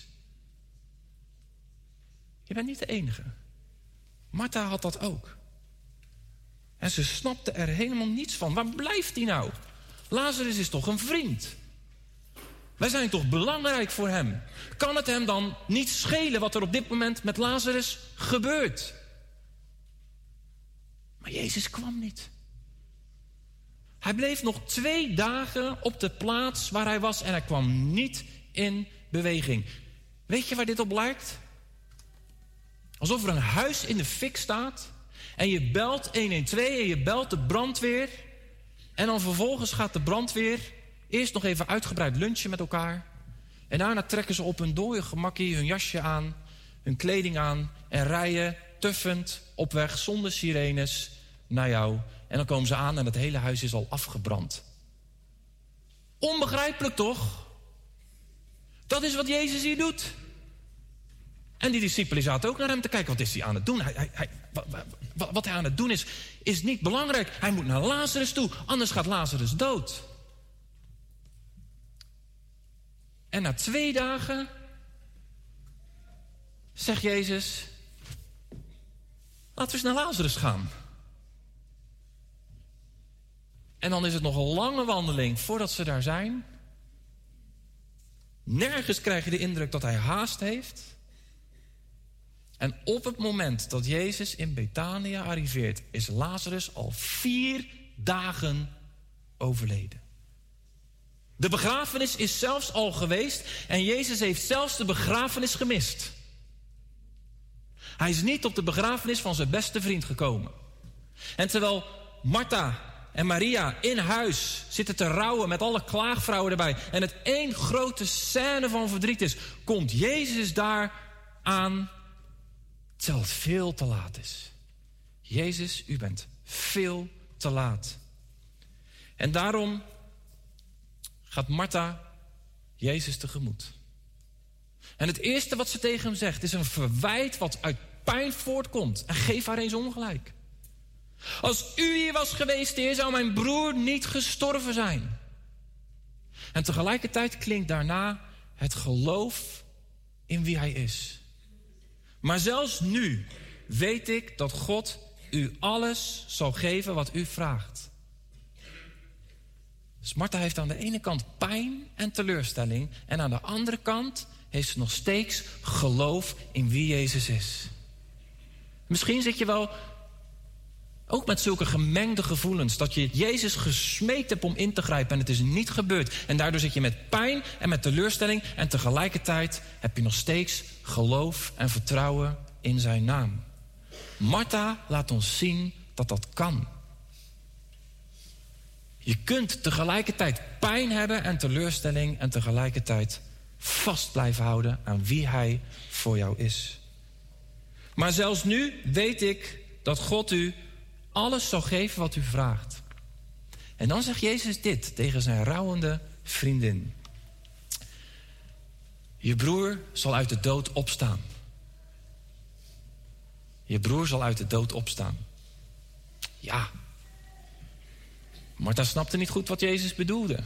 Je bent niet de enige. Martha had dat ook. En ze snapte er helemaal niets van. Waar blijft hij nou? Lazarus is toch een vriend? Wij zijn toch belangrijk voor hem? Kan het hem dan niet schelen wat er op dit moment met Lazarus gebeurt? Maar Jezus kwam niet. Hij bleef nog 2 dagen op de plaats waar hij was en hij kwam niet in beweging. Weet je waar dit op lijkt? Alsof er een huis in de fik staat en je belt 112 en je belt de brandweer. En dan vervolgens gaat de brandweer eerst nog even uitgebreid lunchen met elkaar. En daarna trekken ze op hun dode gemakkie hun jasje aan, hun kleding aan en rijden tuffend op weg zonder sirenes naar jou. En dan komen ze aan en het hele huis is al afgebrand. Onbegrijpelijk toch? Dat is wat Jezus hier doet. En die discipelen zaten ook naar hem te kijken. Wat is hij aan het doen? Wat hij aan het doen is niet belangrijk. Hij moet naar Lazarus toe, anders gaat Lazarus dood. En na 2 dagen zegt Jezus, laten we eens naar Lazarus gaan. En dan is het nog een lange wandeling voordat ze daar zijn. Nergens krijg je de indruk dat hij haast heeft. En op het moment dat Jezus in Betanië arriveert, is Lazarus al 4 dagen overleden. De begrafenis is zelfs al geweest en Jezus heeft zelfs de begrafenis gemist. Hij is niet op de begrafenis van zijn beste vriend gekomen. En terwijl Martha en Maria in huis zitten te rouwen met alle klaagvrouwen erbij en het één grote scène van verdriet is, komt Jezus daar aan terwijl het veel te laat is. Jezus, u bent veel te laat. En daarom gaat Martha Jezus tegemoet. En het eerste wat ze tegen hem zegt is een verwijt wat uit pijn voortkomt. En geef haar eens ongelijk. Als u hier was geweest, Heer, zou mijn broer niet gestorven zijn. En tegelijkertijd klinkt daarna het geloof in wie hij is. Maar zelfs nu weet ik dat God u alles zal geven wat u vraagt. Dus Martha heeft aan de ene kant pijn en teleurstelling. En aan de andere kant heeft ze nog steeds geloof in wie Jezus is. Misschien zit je wel ook met zulke gemengde gevoelens. Dat je Jezus gesmeekt hebt om in te grijpen en het is niet gebeurd. En daardoor zit je met pijn en met teleurstelling. En tegelijkertijd heb je nog steeds geloof en vertrouwen in zijn naam. Martha laat ons zien dat dat kan. Je kunt tegelijkertijd pijn hebben en teleurstelling en tegelijkertijd vast blijven houden aan wie hij voor jou is. Maar zelfs nu weet ik dat God u alles zal geven wat u vraagt. En dan zegt Jezus dit tegen zijn rouwende vriendin. Je broer zal uit de dood opstaan. Je broer zal uit de dood opstaan. Ja. Martha snapte niet goed wat Jezus bedoelde.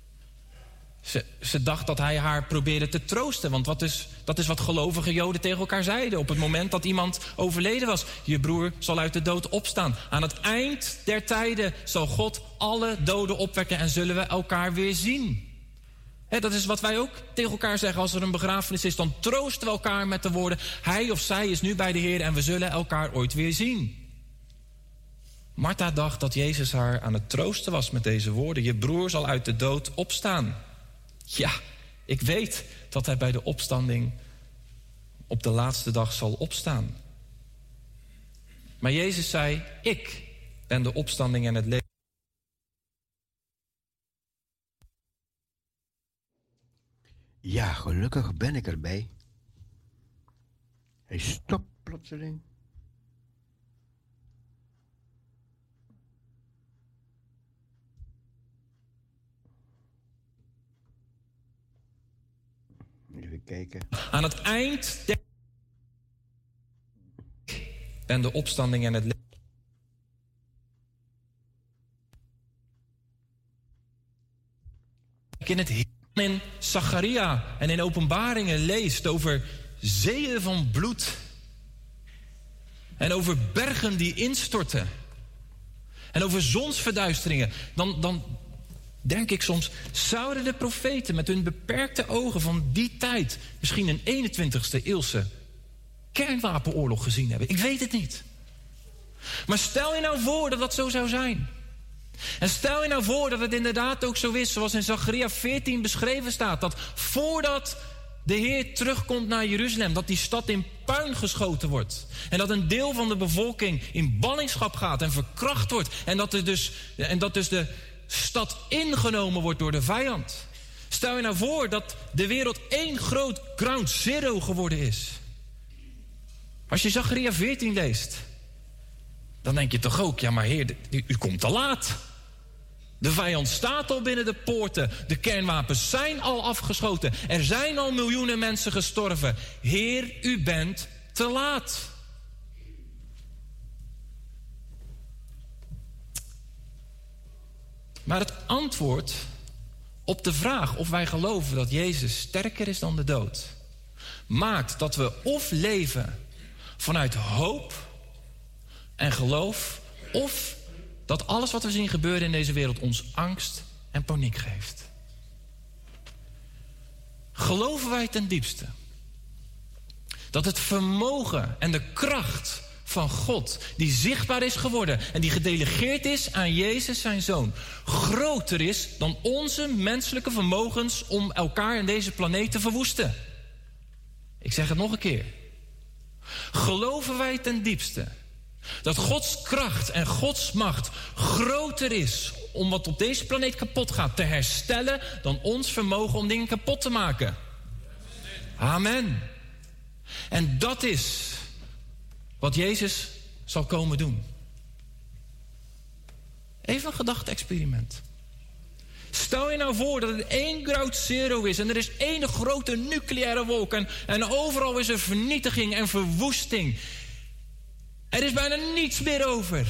Ze dacht dat hij haar probeerde te troosten. Want dat is wat gelovige Joden tegen elkaar zeiden. Op het moment dat iemand overleden was. Je broer zal uit de dood opstaan. Aan het eind der tijden zal God alle doden opwekken. En zullen we elkaar weer zien. Dat is wat wij ook tegen elkaar zeggen als er een begrafenis is. Dan troosten we elkaar met de woorden. Hij of zij is nu bij de Heer en we zullen elkaar ooit weer zien. Martha dacht dat Jezus haar aan het troosten was met deze woorden. Je broer zal uit de dood opstaan. Ja, ik weet dat hij bij de opstanding op de laatste dag zal opstaan. Maar Jezus zei, ik ben de opstanding en het leven. Ja, gelukkig ben ik erbij. Hij stopt plotseling. Even kijken. Aan het eind en de opstanding en het leven. In het in Zacharia en in Openbaringen leest over zeeën van bloed. En over bergen die instorten. En over zonsverduisteringen. Dan denk ik soms, zouden de profeten met hun beperkte ogen van die tijd misschien een 21ste eeuwse kernwapenoorlog gezien hebben? Ik weet het niet. Maar stel je nou voor dat dat zo zou zijn. En stel je nou voor dat het inderdaad ook zo is, zoals in Zacharia 14 beschreven staat, dat voordat de Heer terugkomt naar Jeruzalem, dat die stad in puin geschoten wordt. En dat een deel van de bevolking in ballingschap gaat en verkracht wordt. En dat dus de stad ingenomen wordt door de vijand. Stel je nou voor dat de wereld één groot ground zero geworden is. Als je Zacharia 14 leest, dan denk je toch ook, ja maar Heer, u komt te laat. De vijand staat al binnen de poorten. De kernwapens zijn al afgeschoten. Er zijn al miljoenen mensen gestorven. Heer, u bent te laat. Maar het antwoord op de vraag of wij geloven dat Jezus sterker is dan de dood, maakt dat we of leven vanuit hoop en geloof, of dat alles wat we zien gebeuren in deze wereld ons angst en paniek geeft. Geloven wij ten diepste dat het vermogen en de kracht van God, die zichtbaar is geworden en die gedelegeerd is aan Jezus zijn Zoon, groter is dan onze menselijke vermogens om elkaar en deze planeet te verwoesten? Ik zeg het nog een keer. Geloven wij ten diepste dat Gods kracht en Gods macht groter is om wat op deze planeet kapot gaat te herstellen dan ons vermogen om dingen kapot te maken? Amen. En dat is wat Jezus zal komen doen. Even een gedachte-experiment. Stel je nou voor dat het één ground zero is en er is één grote nucleaire wolk en overal is er vernietiging en verwoesting. Er is bijna niets meer over.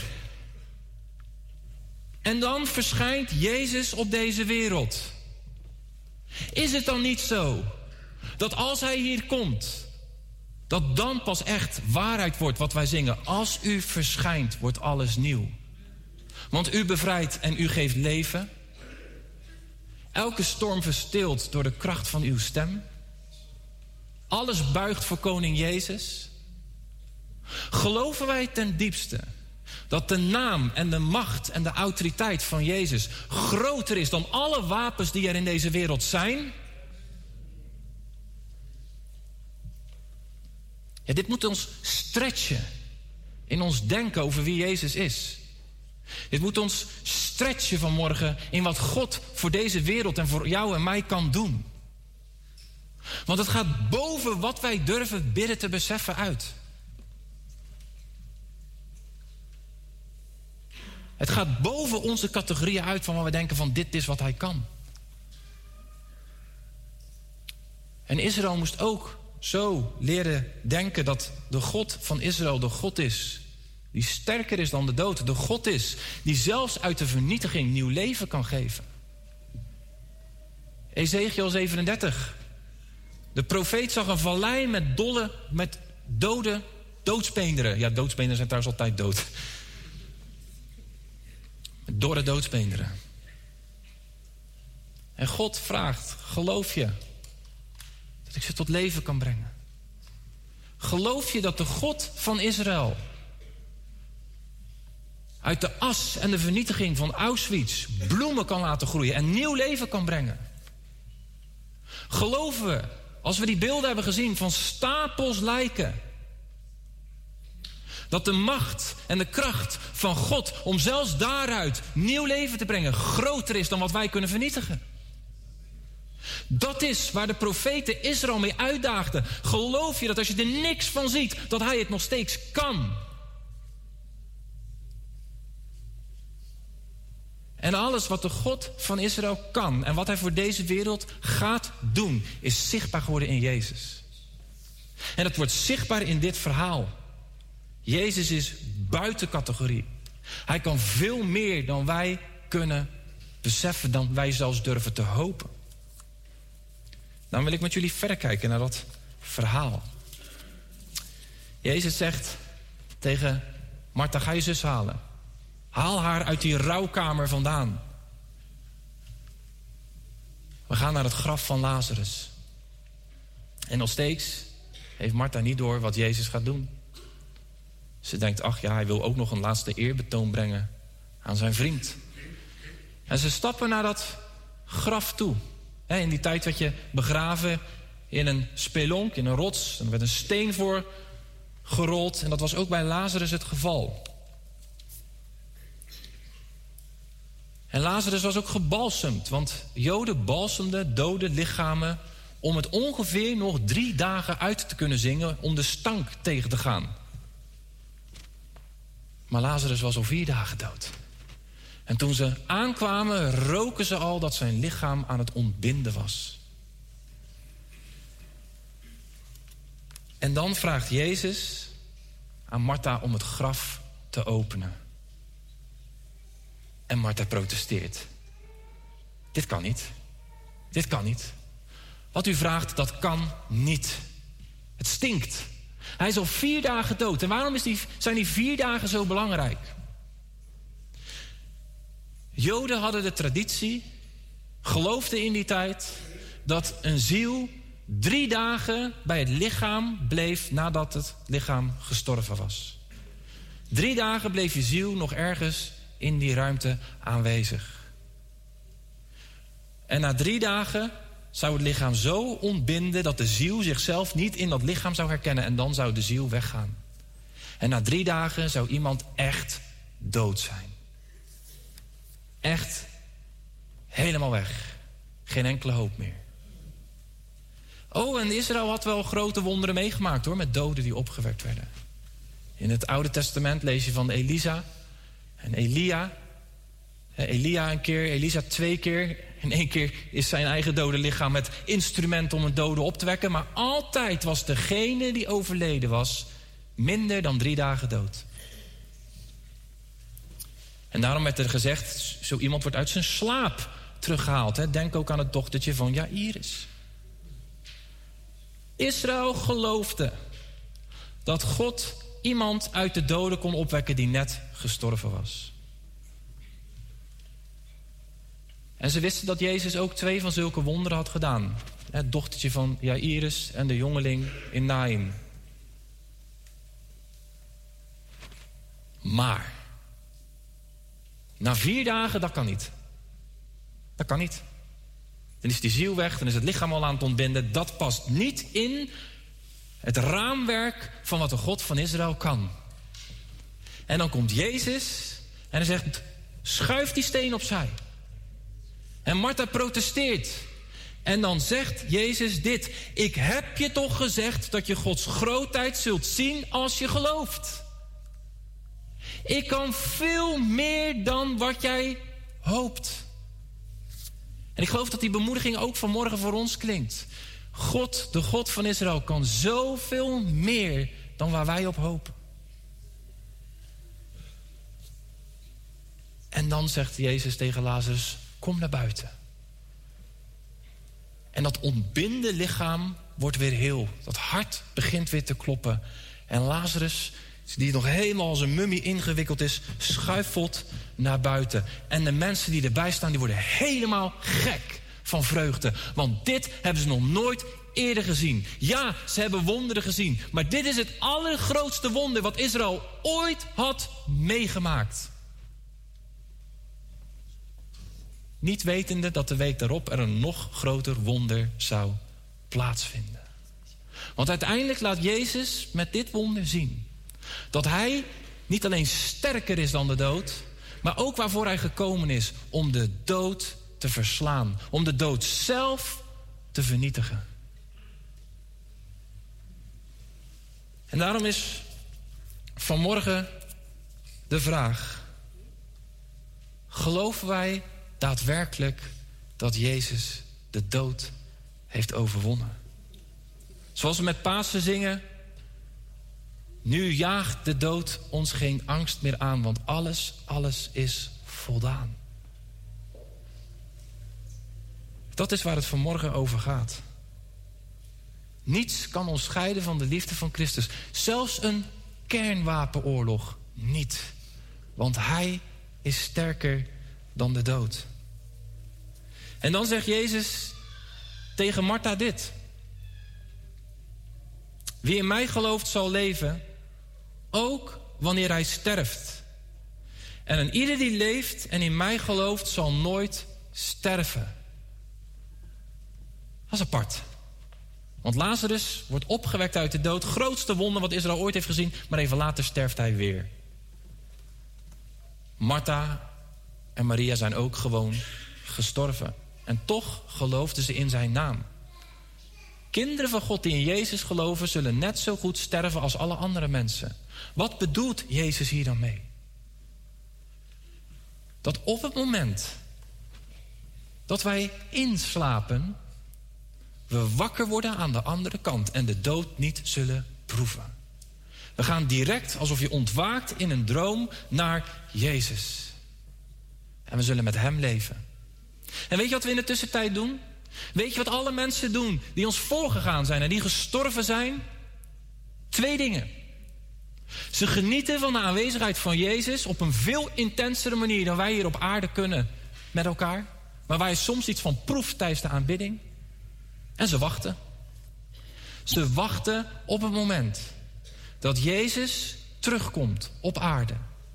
En dan verschijnt Jezus op deze wereld. Is het dan niet zo dat als hij hier komt, dat dan pas echt waarheid wordt wat wij zingen? Als u verschijnt, wordt alles nieuw. Want u bevrijdt en u geeft leven. Elke storm verstilt door de kracht van uw stem. Alles buigt voor koning Jezus. Geloven wij ten diepste dat de naam en de macht en de autoriteit van Jezus groter is dan alle wapens die er in deze wereld zijn? Ja, dit moet ons stretchen in ons denken over wie Jezus is. Dit moet ons stretchen vanmorgen in wat God voor deze wereld en voor jou en mij kan doen. Want het gaat boven wat wij durven bidden te beseffen uit. Het gaat boven onze categorieën uit van waar we denken van dit is wat hij kan. En Israël moest ook zo leren denken dat de God van Israël de God is die sterker is dan de dood. De God is die zelfs uit de vernietiging nieuw leven kan geven. Ezekiel 37. De profeet zag een vallei met dode doodsbeenderen. Ja, doodsbeenderen zijn trouwens altijd dood. Met dorre doodsbeenderen. En God vraagt, geloof je dat ik ze tot leven kan brengen? Geloof je dat de God van Israël uit de as en de vernietiging van Auschwitz bloemen kan laten groeien en nieuw leven kan brengen? Geloven we, als we die beelden hebben gezien van stapels lijken, dat de macht en de kracht van God om zelfs daaruit nieuw leven te brengen groter is dan wat wij kunnen vernietigen? Dat is waar de profeten Israël mee uitdaagden. Geloof je dat als je er niks van ziet, dat hij het nog steeds kan? En alles wat de God van Israël kan en wat hij voor deze wereld gaat doen, is zichtbaar geworden in Jezus. En dat wordt zichtbaar in dit verhaal. Jezus is buiten categorie. Hij kan veel meer dan wij kunnen beseffen, dan wij zelfs durven te hopen. Dan wil ik met jullie verder kijken naar dat verhaal. Jezus zegt tegen Martha, ga je zus halen. Haal haar uit die rouwkamer vandaan. We gaan naar het graf van Lazarus. En nog steeds heeft Martha niet door wat Jezus gaat doen. Ze denkt, ach ja, hij wil ook nog een laatste eerbetoon brengen aan zijn vriend. En ze stappen naar dat graf toe. In die tijd werd je begraven in een spelonk, in een rots. En er werd een steen voor gerold. En dat was ook bij Lazarus het geval. En Lazarus was ook gebalsemd. Want Joden balsemden dode lichamen om het ongeveer nog 3 dagen uit te kunnen zingen om de stank tegen te gaan. Maar Lazarus was al 4 dagen dood. En toen ze aankwamen, roken ze al dat zijn lichaam aan het ontbinden was. En dan vraagt Jezus aan Martha om het graf te openen. En Martha protesteert. Dit kan niet. Dit kan niet. Wat u vraagt, dat kan niet. Het stinkt. Hij is al 4 dagen dood. En waarom zijn die 4 dagen zo belangrijk? Joden hadden de traditie, geloofden in die tijd, dat een ziel 3 dagen bij het lichaam bleef nadat het lichaam gestorven was. 3 dagen bleef je ziel nog ergens in die ruimte aanwezig. En na 3 dagen zou het lichaam zo ontbinden dat de ziel zichzelf niet in dat lichaam zou herkennen. En dan zou de ziel weggaan. En na 3 dagen zou iemand echt dood zijn. Echt helemaal weg. Geen enkele hoop meer. Oh, en Israël had wel grote wonderen meegemaakt hoor, met doden die opgewekt werden. In het Oude Testament lees je van Elisa en Elia. Elia 1 keer, Elisa 2 keer. In 1 keer is zijn eigen dode lichaam het instrument om een dode op te wekken. Maar altijd was degene die overleden was minder dan 3 dagen dood. En daarom werd er gezegd, zo iemand wordt uit zijn slaap teruggehaald. Hè? Denk ook aan het dochtertje van Jairus. Israël geloofde dat God iemand uit de doden kon opwekken die net gestorven was. En ze wisten dat Jezus ook 2 van zulke wonderen had gedaan. Het dochtertje van Jairus en de jongeling in Naïn. Maar na 4 dagen, dat kan niet. Dat kan niet. Dan is die ziel weg, dan is het lichaam al aan het ontbinden. Dat past niet in het raamwerk van wat de God van Israël kan. En dan komt Jezus en hij zegt, schuif die steen opzij. En Martha protesteert. En dan zegt Jezus dit. Ik heb je toch gezegd dat je Gods grootheid zult zien als je gelooft. Ik kan veel meer dan wat jij hoopt. En ik geloof dat die bemoediging ook vanmorgen voor ons klinkt. God, de God van Israël, kan zoveel meer dan waar wij op hopen. En dan zegt Jezus tegen Lazarus, kom naar buiten. En dat ontbinde lichaam wordt weer heel. Dat hart begint weer te kloppen. En Lazarus, die nog helemaal als een mummie ingewikkeld is, schuifelt naar buiten. En de mensen die erbij staan, die worden helemaal gek van vreugde. Want dit hebben ze nog nooit eerder gezien. Ja, ze hebben wonderen gezien. Maar dit is het allergrootste wonder wat Israël ooit had meegemaakt. Niet wetende dat de week daarop er een nog groter wonder zou plaatsvinden. Want uiteindelijk laat Jezus met dit wonder zien dat hij niet alleen sterker is dan de dood, maar ook waarvoor hij gekomen is, om de dood te verslaan. Om de dood zelf te vernietigen. En daarom is vanmorgen de vraag: geloven wij daadwerkelijk dat Jezus de dood heeft overwonnen? Zoals we met Pasen zingen: nu jaagt de dood ons geen angst meer aan, want alles is voldaan. Dat is waar het vanmorgen over gaat. Niets kan ons scheiden van de liefde van Christus. Zelfs een kernwapenoorlog niet. Want hij is sterker dan de dood. En dan zegt Jezus tegen Martha dit: wie in mij gelooft zal leven, ook wanneer hij sterft. En een ieder die leeft en in mij gelooft zal nooit sterven. Dat is apart. Want Lazarus wordt opgewekt uit de dood. Grootste wonder wat Israël ooit heeft gezien. Maar even later sterft hij weer. Martha en Maria zijn ook gewoon gestorven. En toch geloofden ze in zijn naam. Kinderen van God die in Jezus geloven zullen net zo goed sterven als alle andere mensen. Wat bedoelt Jezus hier dan mee? Dat op het moment dat wij inslapen, we wakker worden aan de andere kant en de dood niet zullen proeven. We gaan direct, alsof je ontwaakt in een droom, naar Jezus. En we zullen met hem leven. En weet je wat we in de tussentijd doen? Weet je wat alle mensen doen die ons voorgegaan zijn en die gestorven zijn? 2 dingen. Ze genieten van de aanwezigheid van Jezus op een veel intensere manier dan wij hier op aarde kunnen met elkaar. Maar waar je soms iets van proeft tijdens de aanbidding. En ze wachten. Ze wachten op het moment dat Jezus terugkomt op aarde.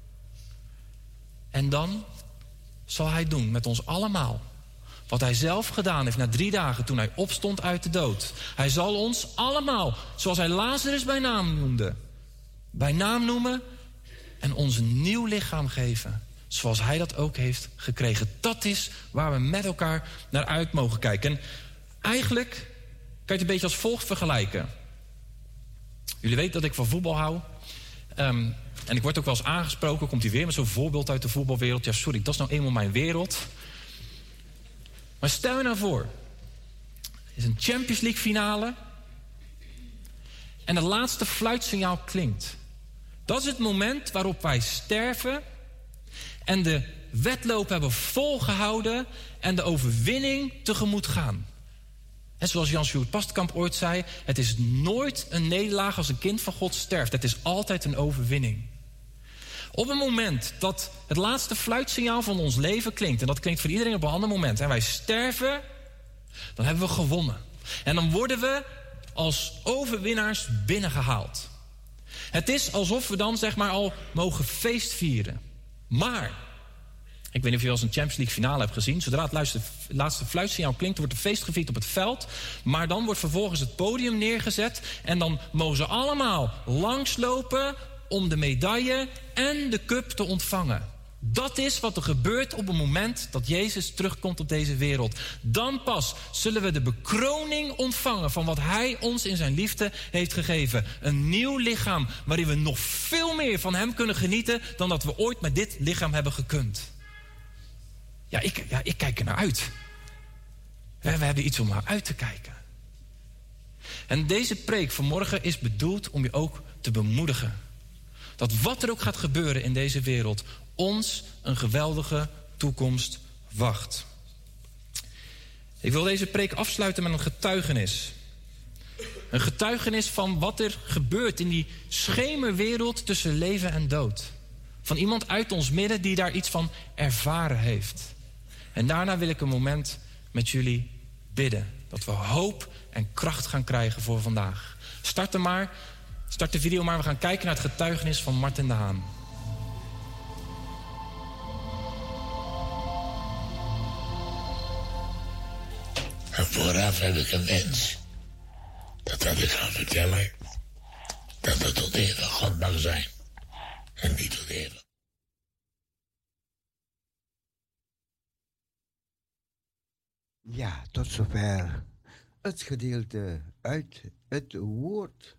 En dan zal hij doen met ons allemaal wat hij zelf gedaan heeft na 3 dagen toen hij opstond uit de dood. Hij zal ons allemaal, zoals hij Lazarus bij naam noemde, bij naam noemen en ons een nieuw lichaam geven. Zoals hij dat ook heeft gekregen. Dat is waar we met elkaar naar uit mogen kijken. En eigenlijk kan je het een beetje als volgt vergelijken. Jullie weten dat ik van voetbal hou. En ik word ook wel eens aangesproken. Komt hij weer met zo'n voorbeeld uit de voetbalwereld. Ja, sorry, dat is nou eenmaal mijn wereld. Maar stel je nou voor. Het is een Champions League finale. En het laatste fluitsignaal klinkt. Dat is het moment waarop wij sterven. En de wedloop hebben volgehouden. En de overwinning tegemoet gaan. En zoals Jan-Sjoerd Pastkamp ooit zei: het is nooit een nederlaag als een kind van God sterft. Het is altijd een overwinning. Op het moment dat het laatste fluitsignaal van ons leven klinkt, en dat klinkt voor iedereen op een ander moment, en wij sterven, dan hebben we gewonnen. En dan worden we als overwinnaars binnengehaald. Het is alsof we dan zeg maar al mogen feestvieren. Maar ik weet niet of je wel eens een Champions League finale hebt gezien. Zodra het laatste fluitsignaal klinkt, wordt er feest gevierd op het veld. Maar dan wordt vervolgens het podium neergezet. En dan mogen ze allemaal langslopen om de medaille en de cup te ontvangen. Dat is wat er gebeurt op het moment dat Jezus terugkomt op deze wereld. Dan pas zullen we de bekroning ontvangen van wat hij ons in zijn liefde heeft gegeven. Een nieuw lichaam waarin we nog veel meer van hem kunnen genieten dan dat we ooit met dit lichaam hebben gekund. Ja, ik kijk er naar uit. We hebben iets om naar uit te kijken. En deze preek vanmorgen is bedoeld om je ook te bemoedigen. Dat wat er ook gaat gebeuren in deze wereld, ons een geweldige toekomst wacht. Ik wil deze preek afsluiten met een getuigenis. Een getuigenis van wat er gebeurt in die schemerwereld tussen leven en dood. Van iemand uit ons midden die daar iets van ervaren heeft. En daarna wil ik een moment met jullie bidden. Dat we hoop en kracht gaan krijgen voor vandaag. Start de video maar. We gaan kijken naar het getuigenis van Martin de Haan. En vooraf heb ik een wens. Dat ik ga vertellen. Dat het tot eeuwig God mag zijn. En niet tot eeuwig. Ja, tot zover het gedeelte uit het woord.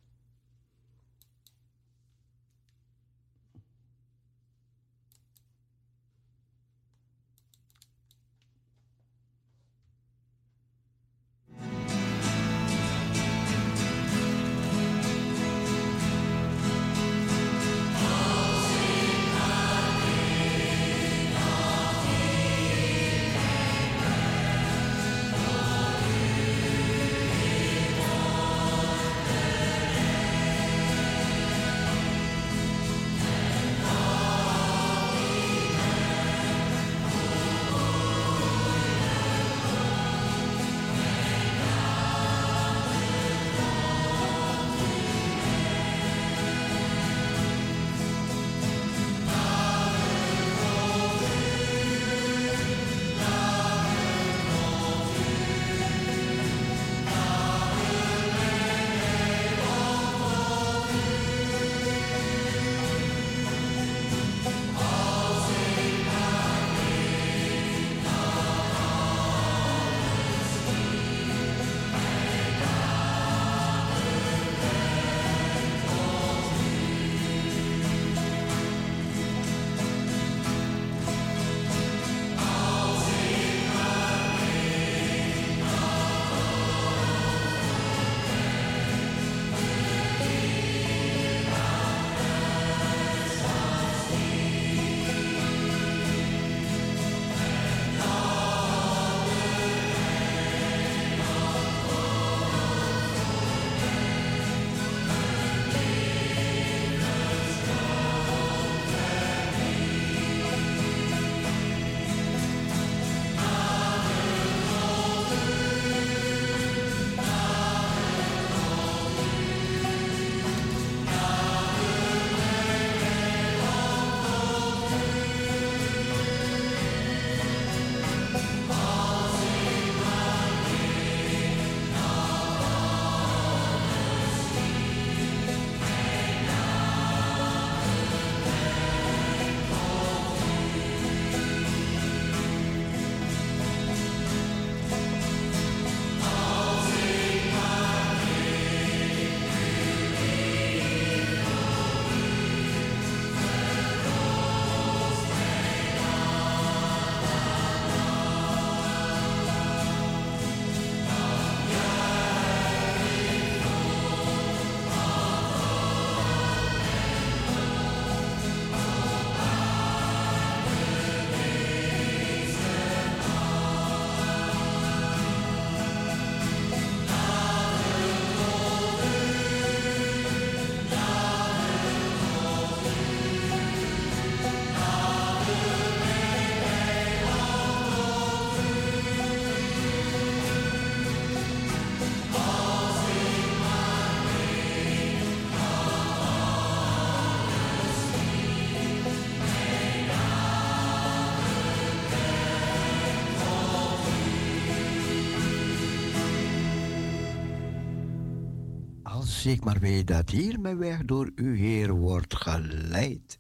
Als ik maar weet dat hier mijn weg door uw Heer wordt geleid.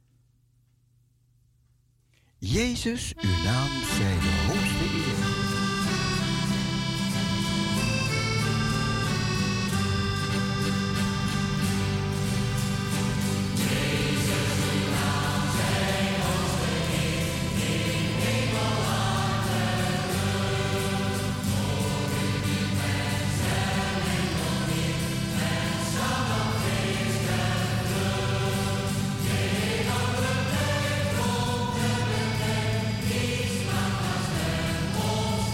Jezus, uw naam zij de hoogste eer. Ons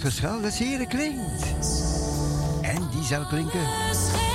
geschal des Heren klinkt. En die zal klinken.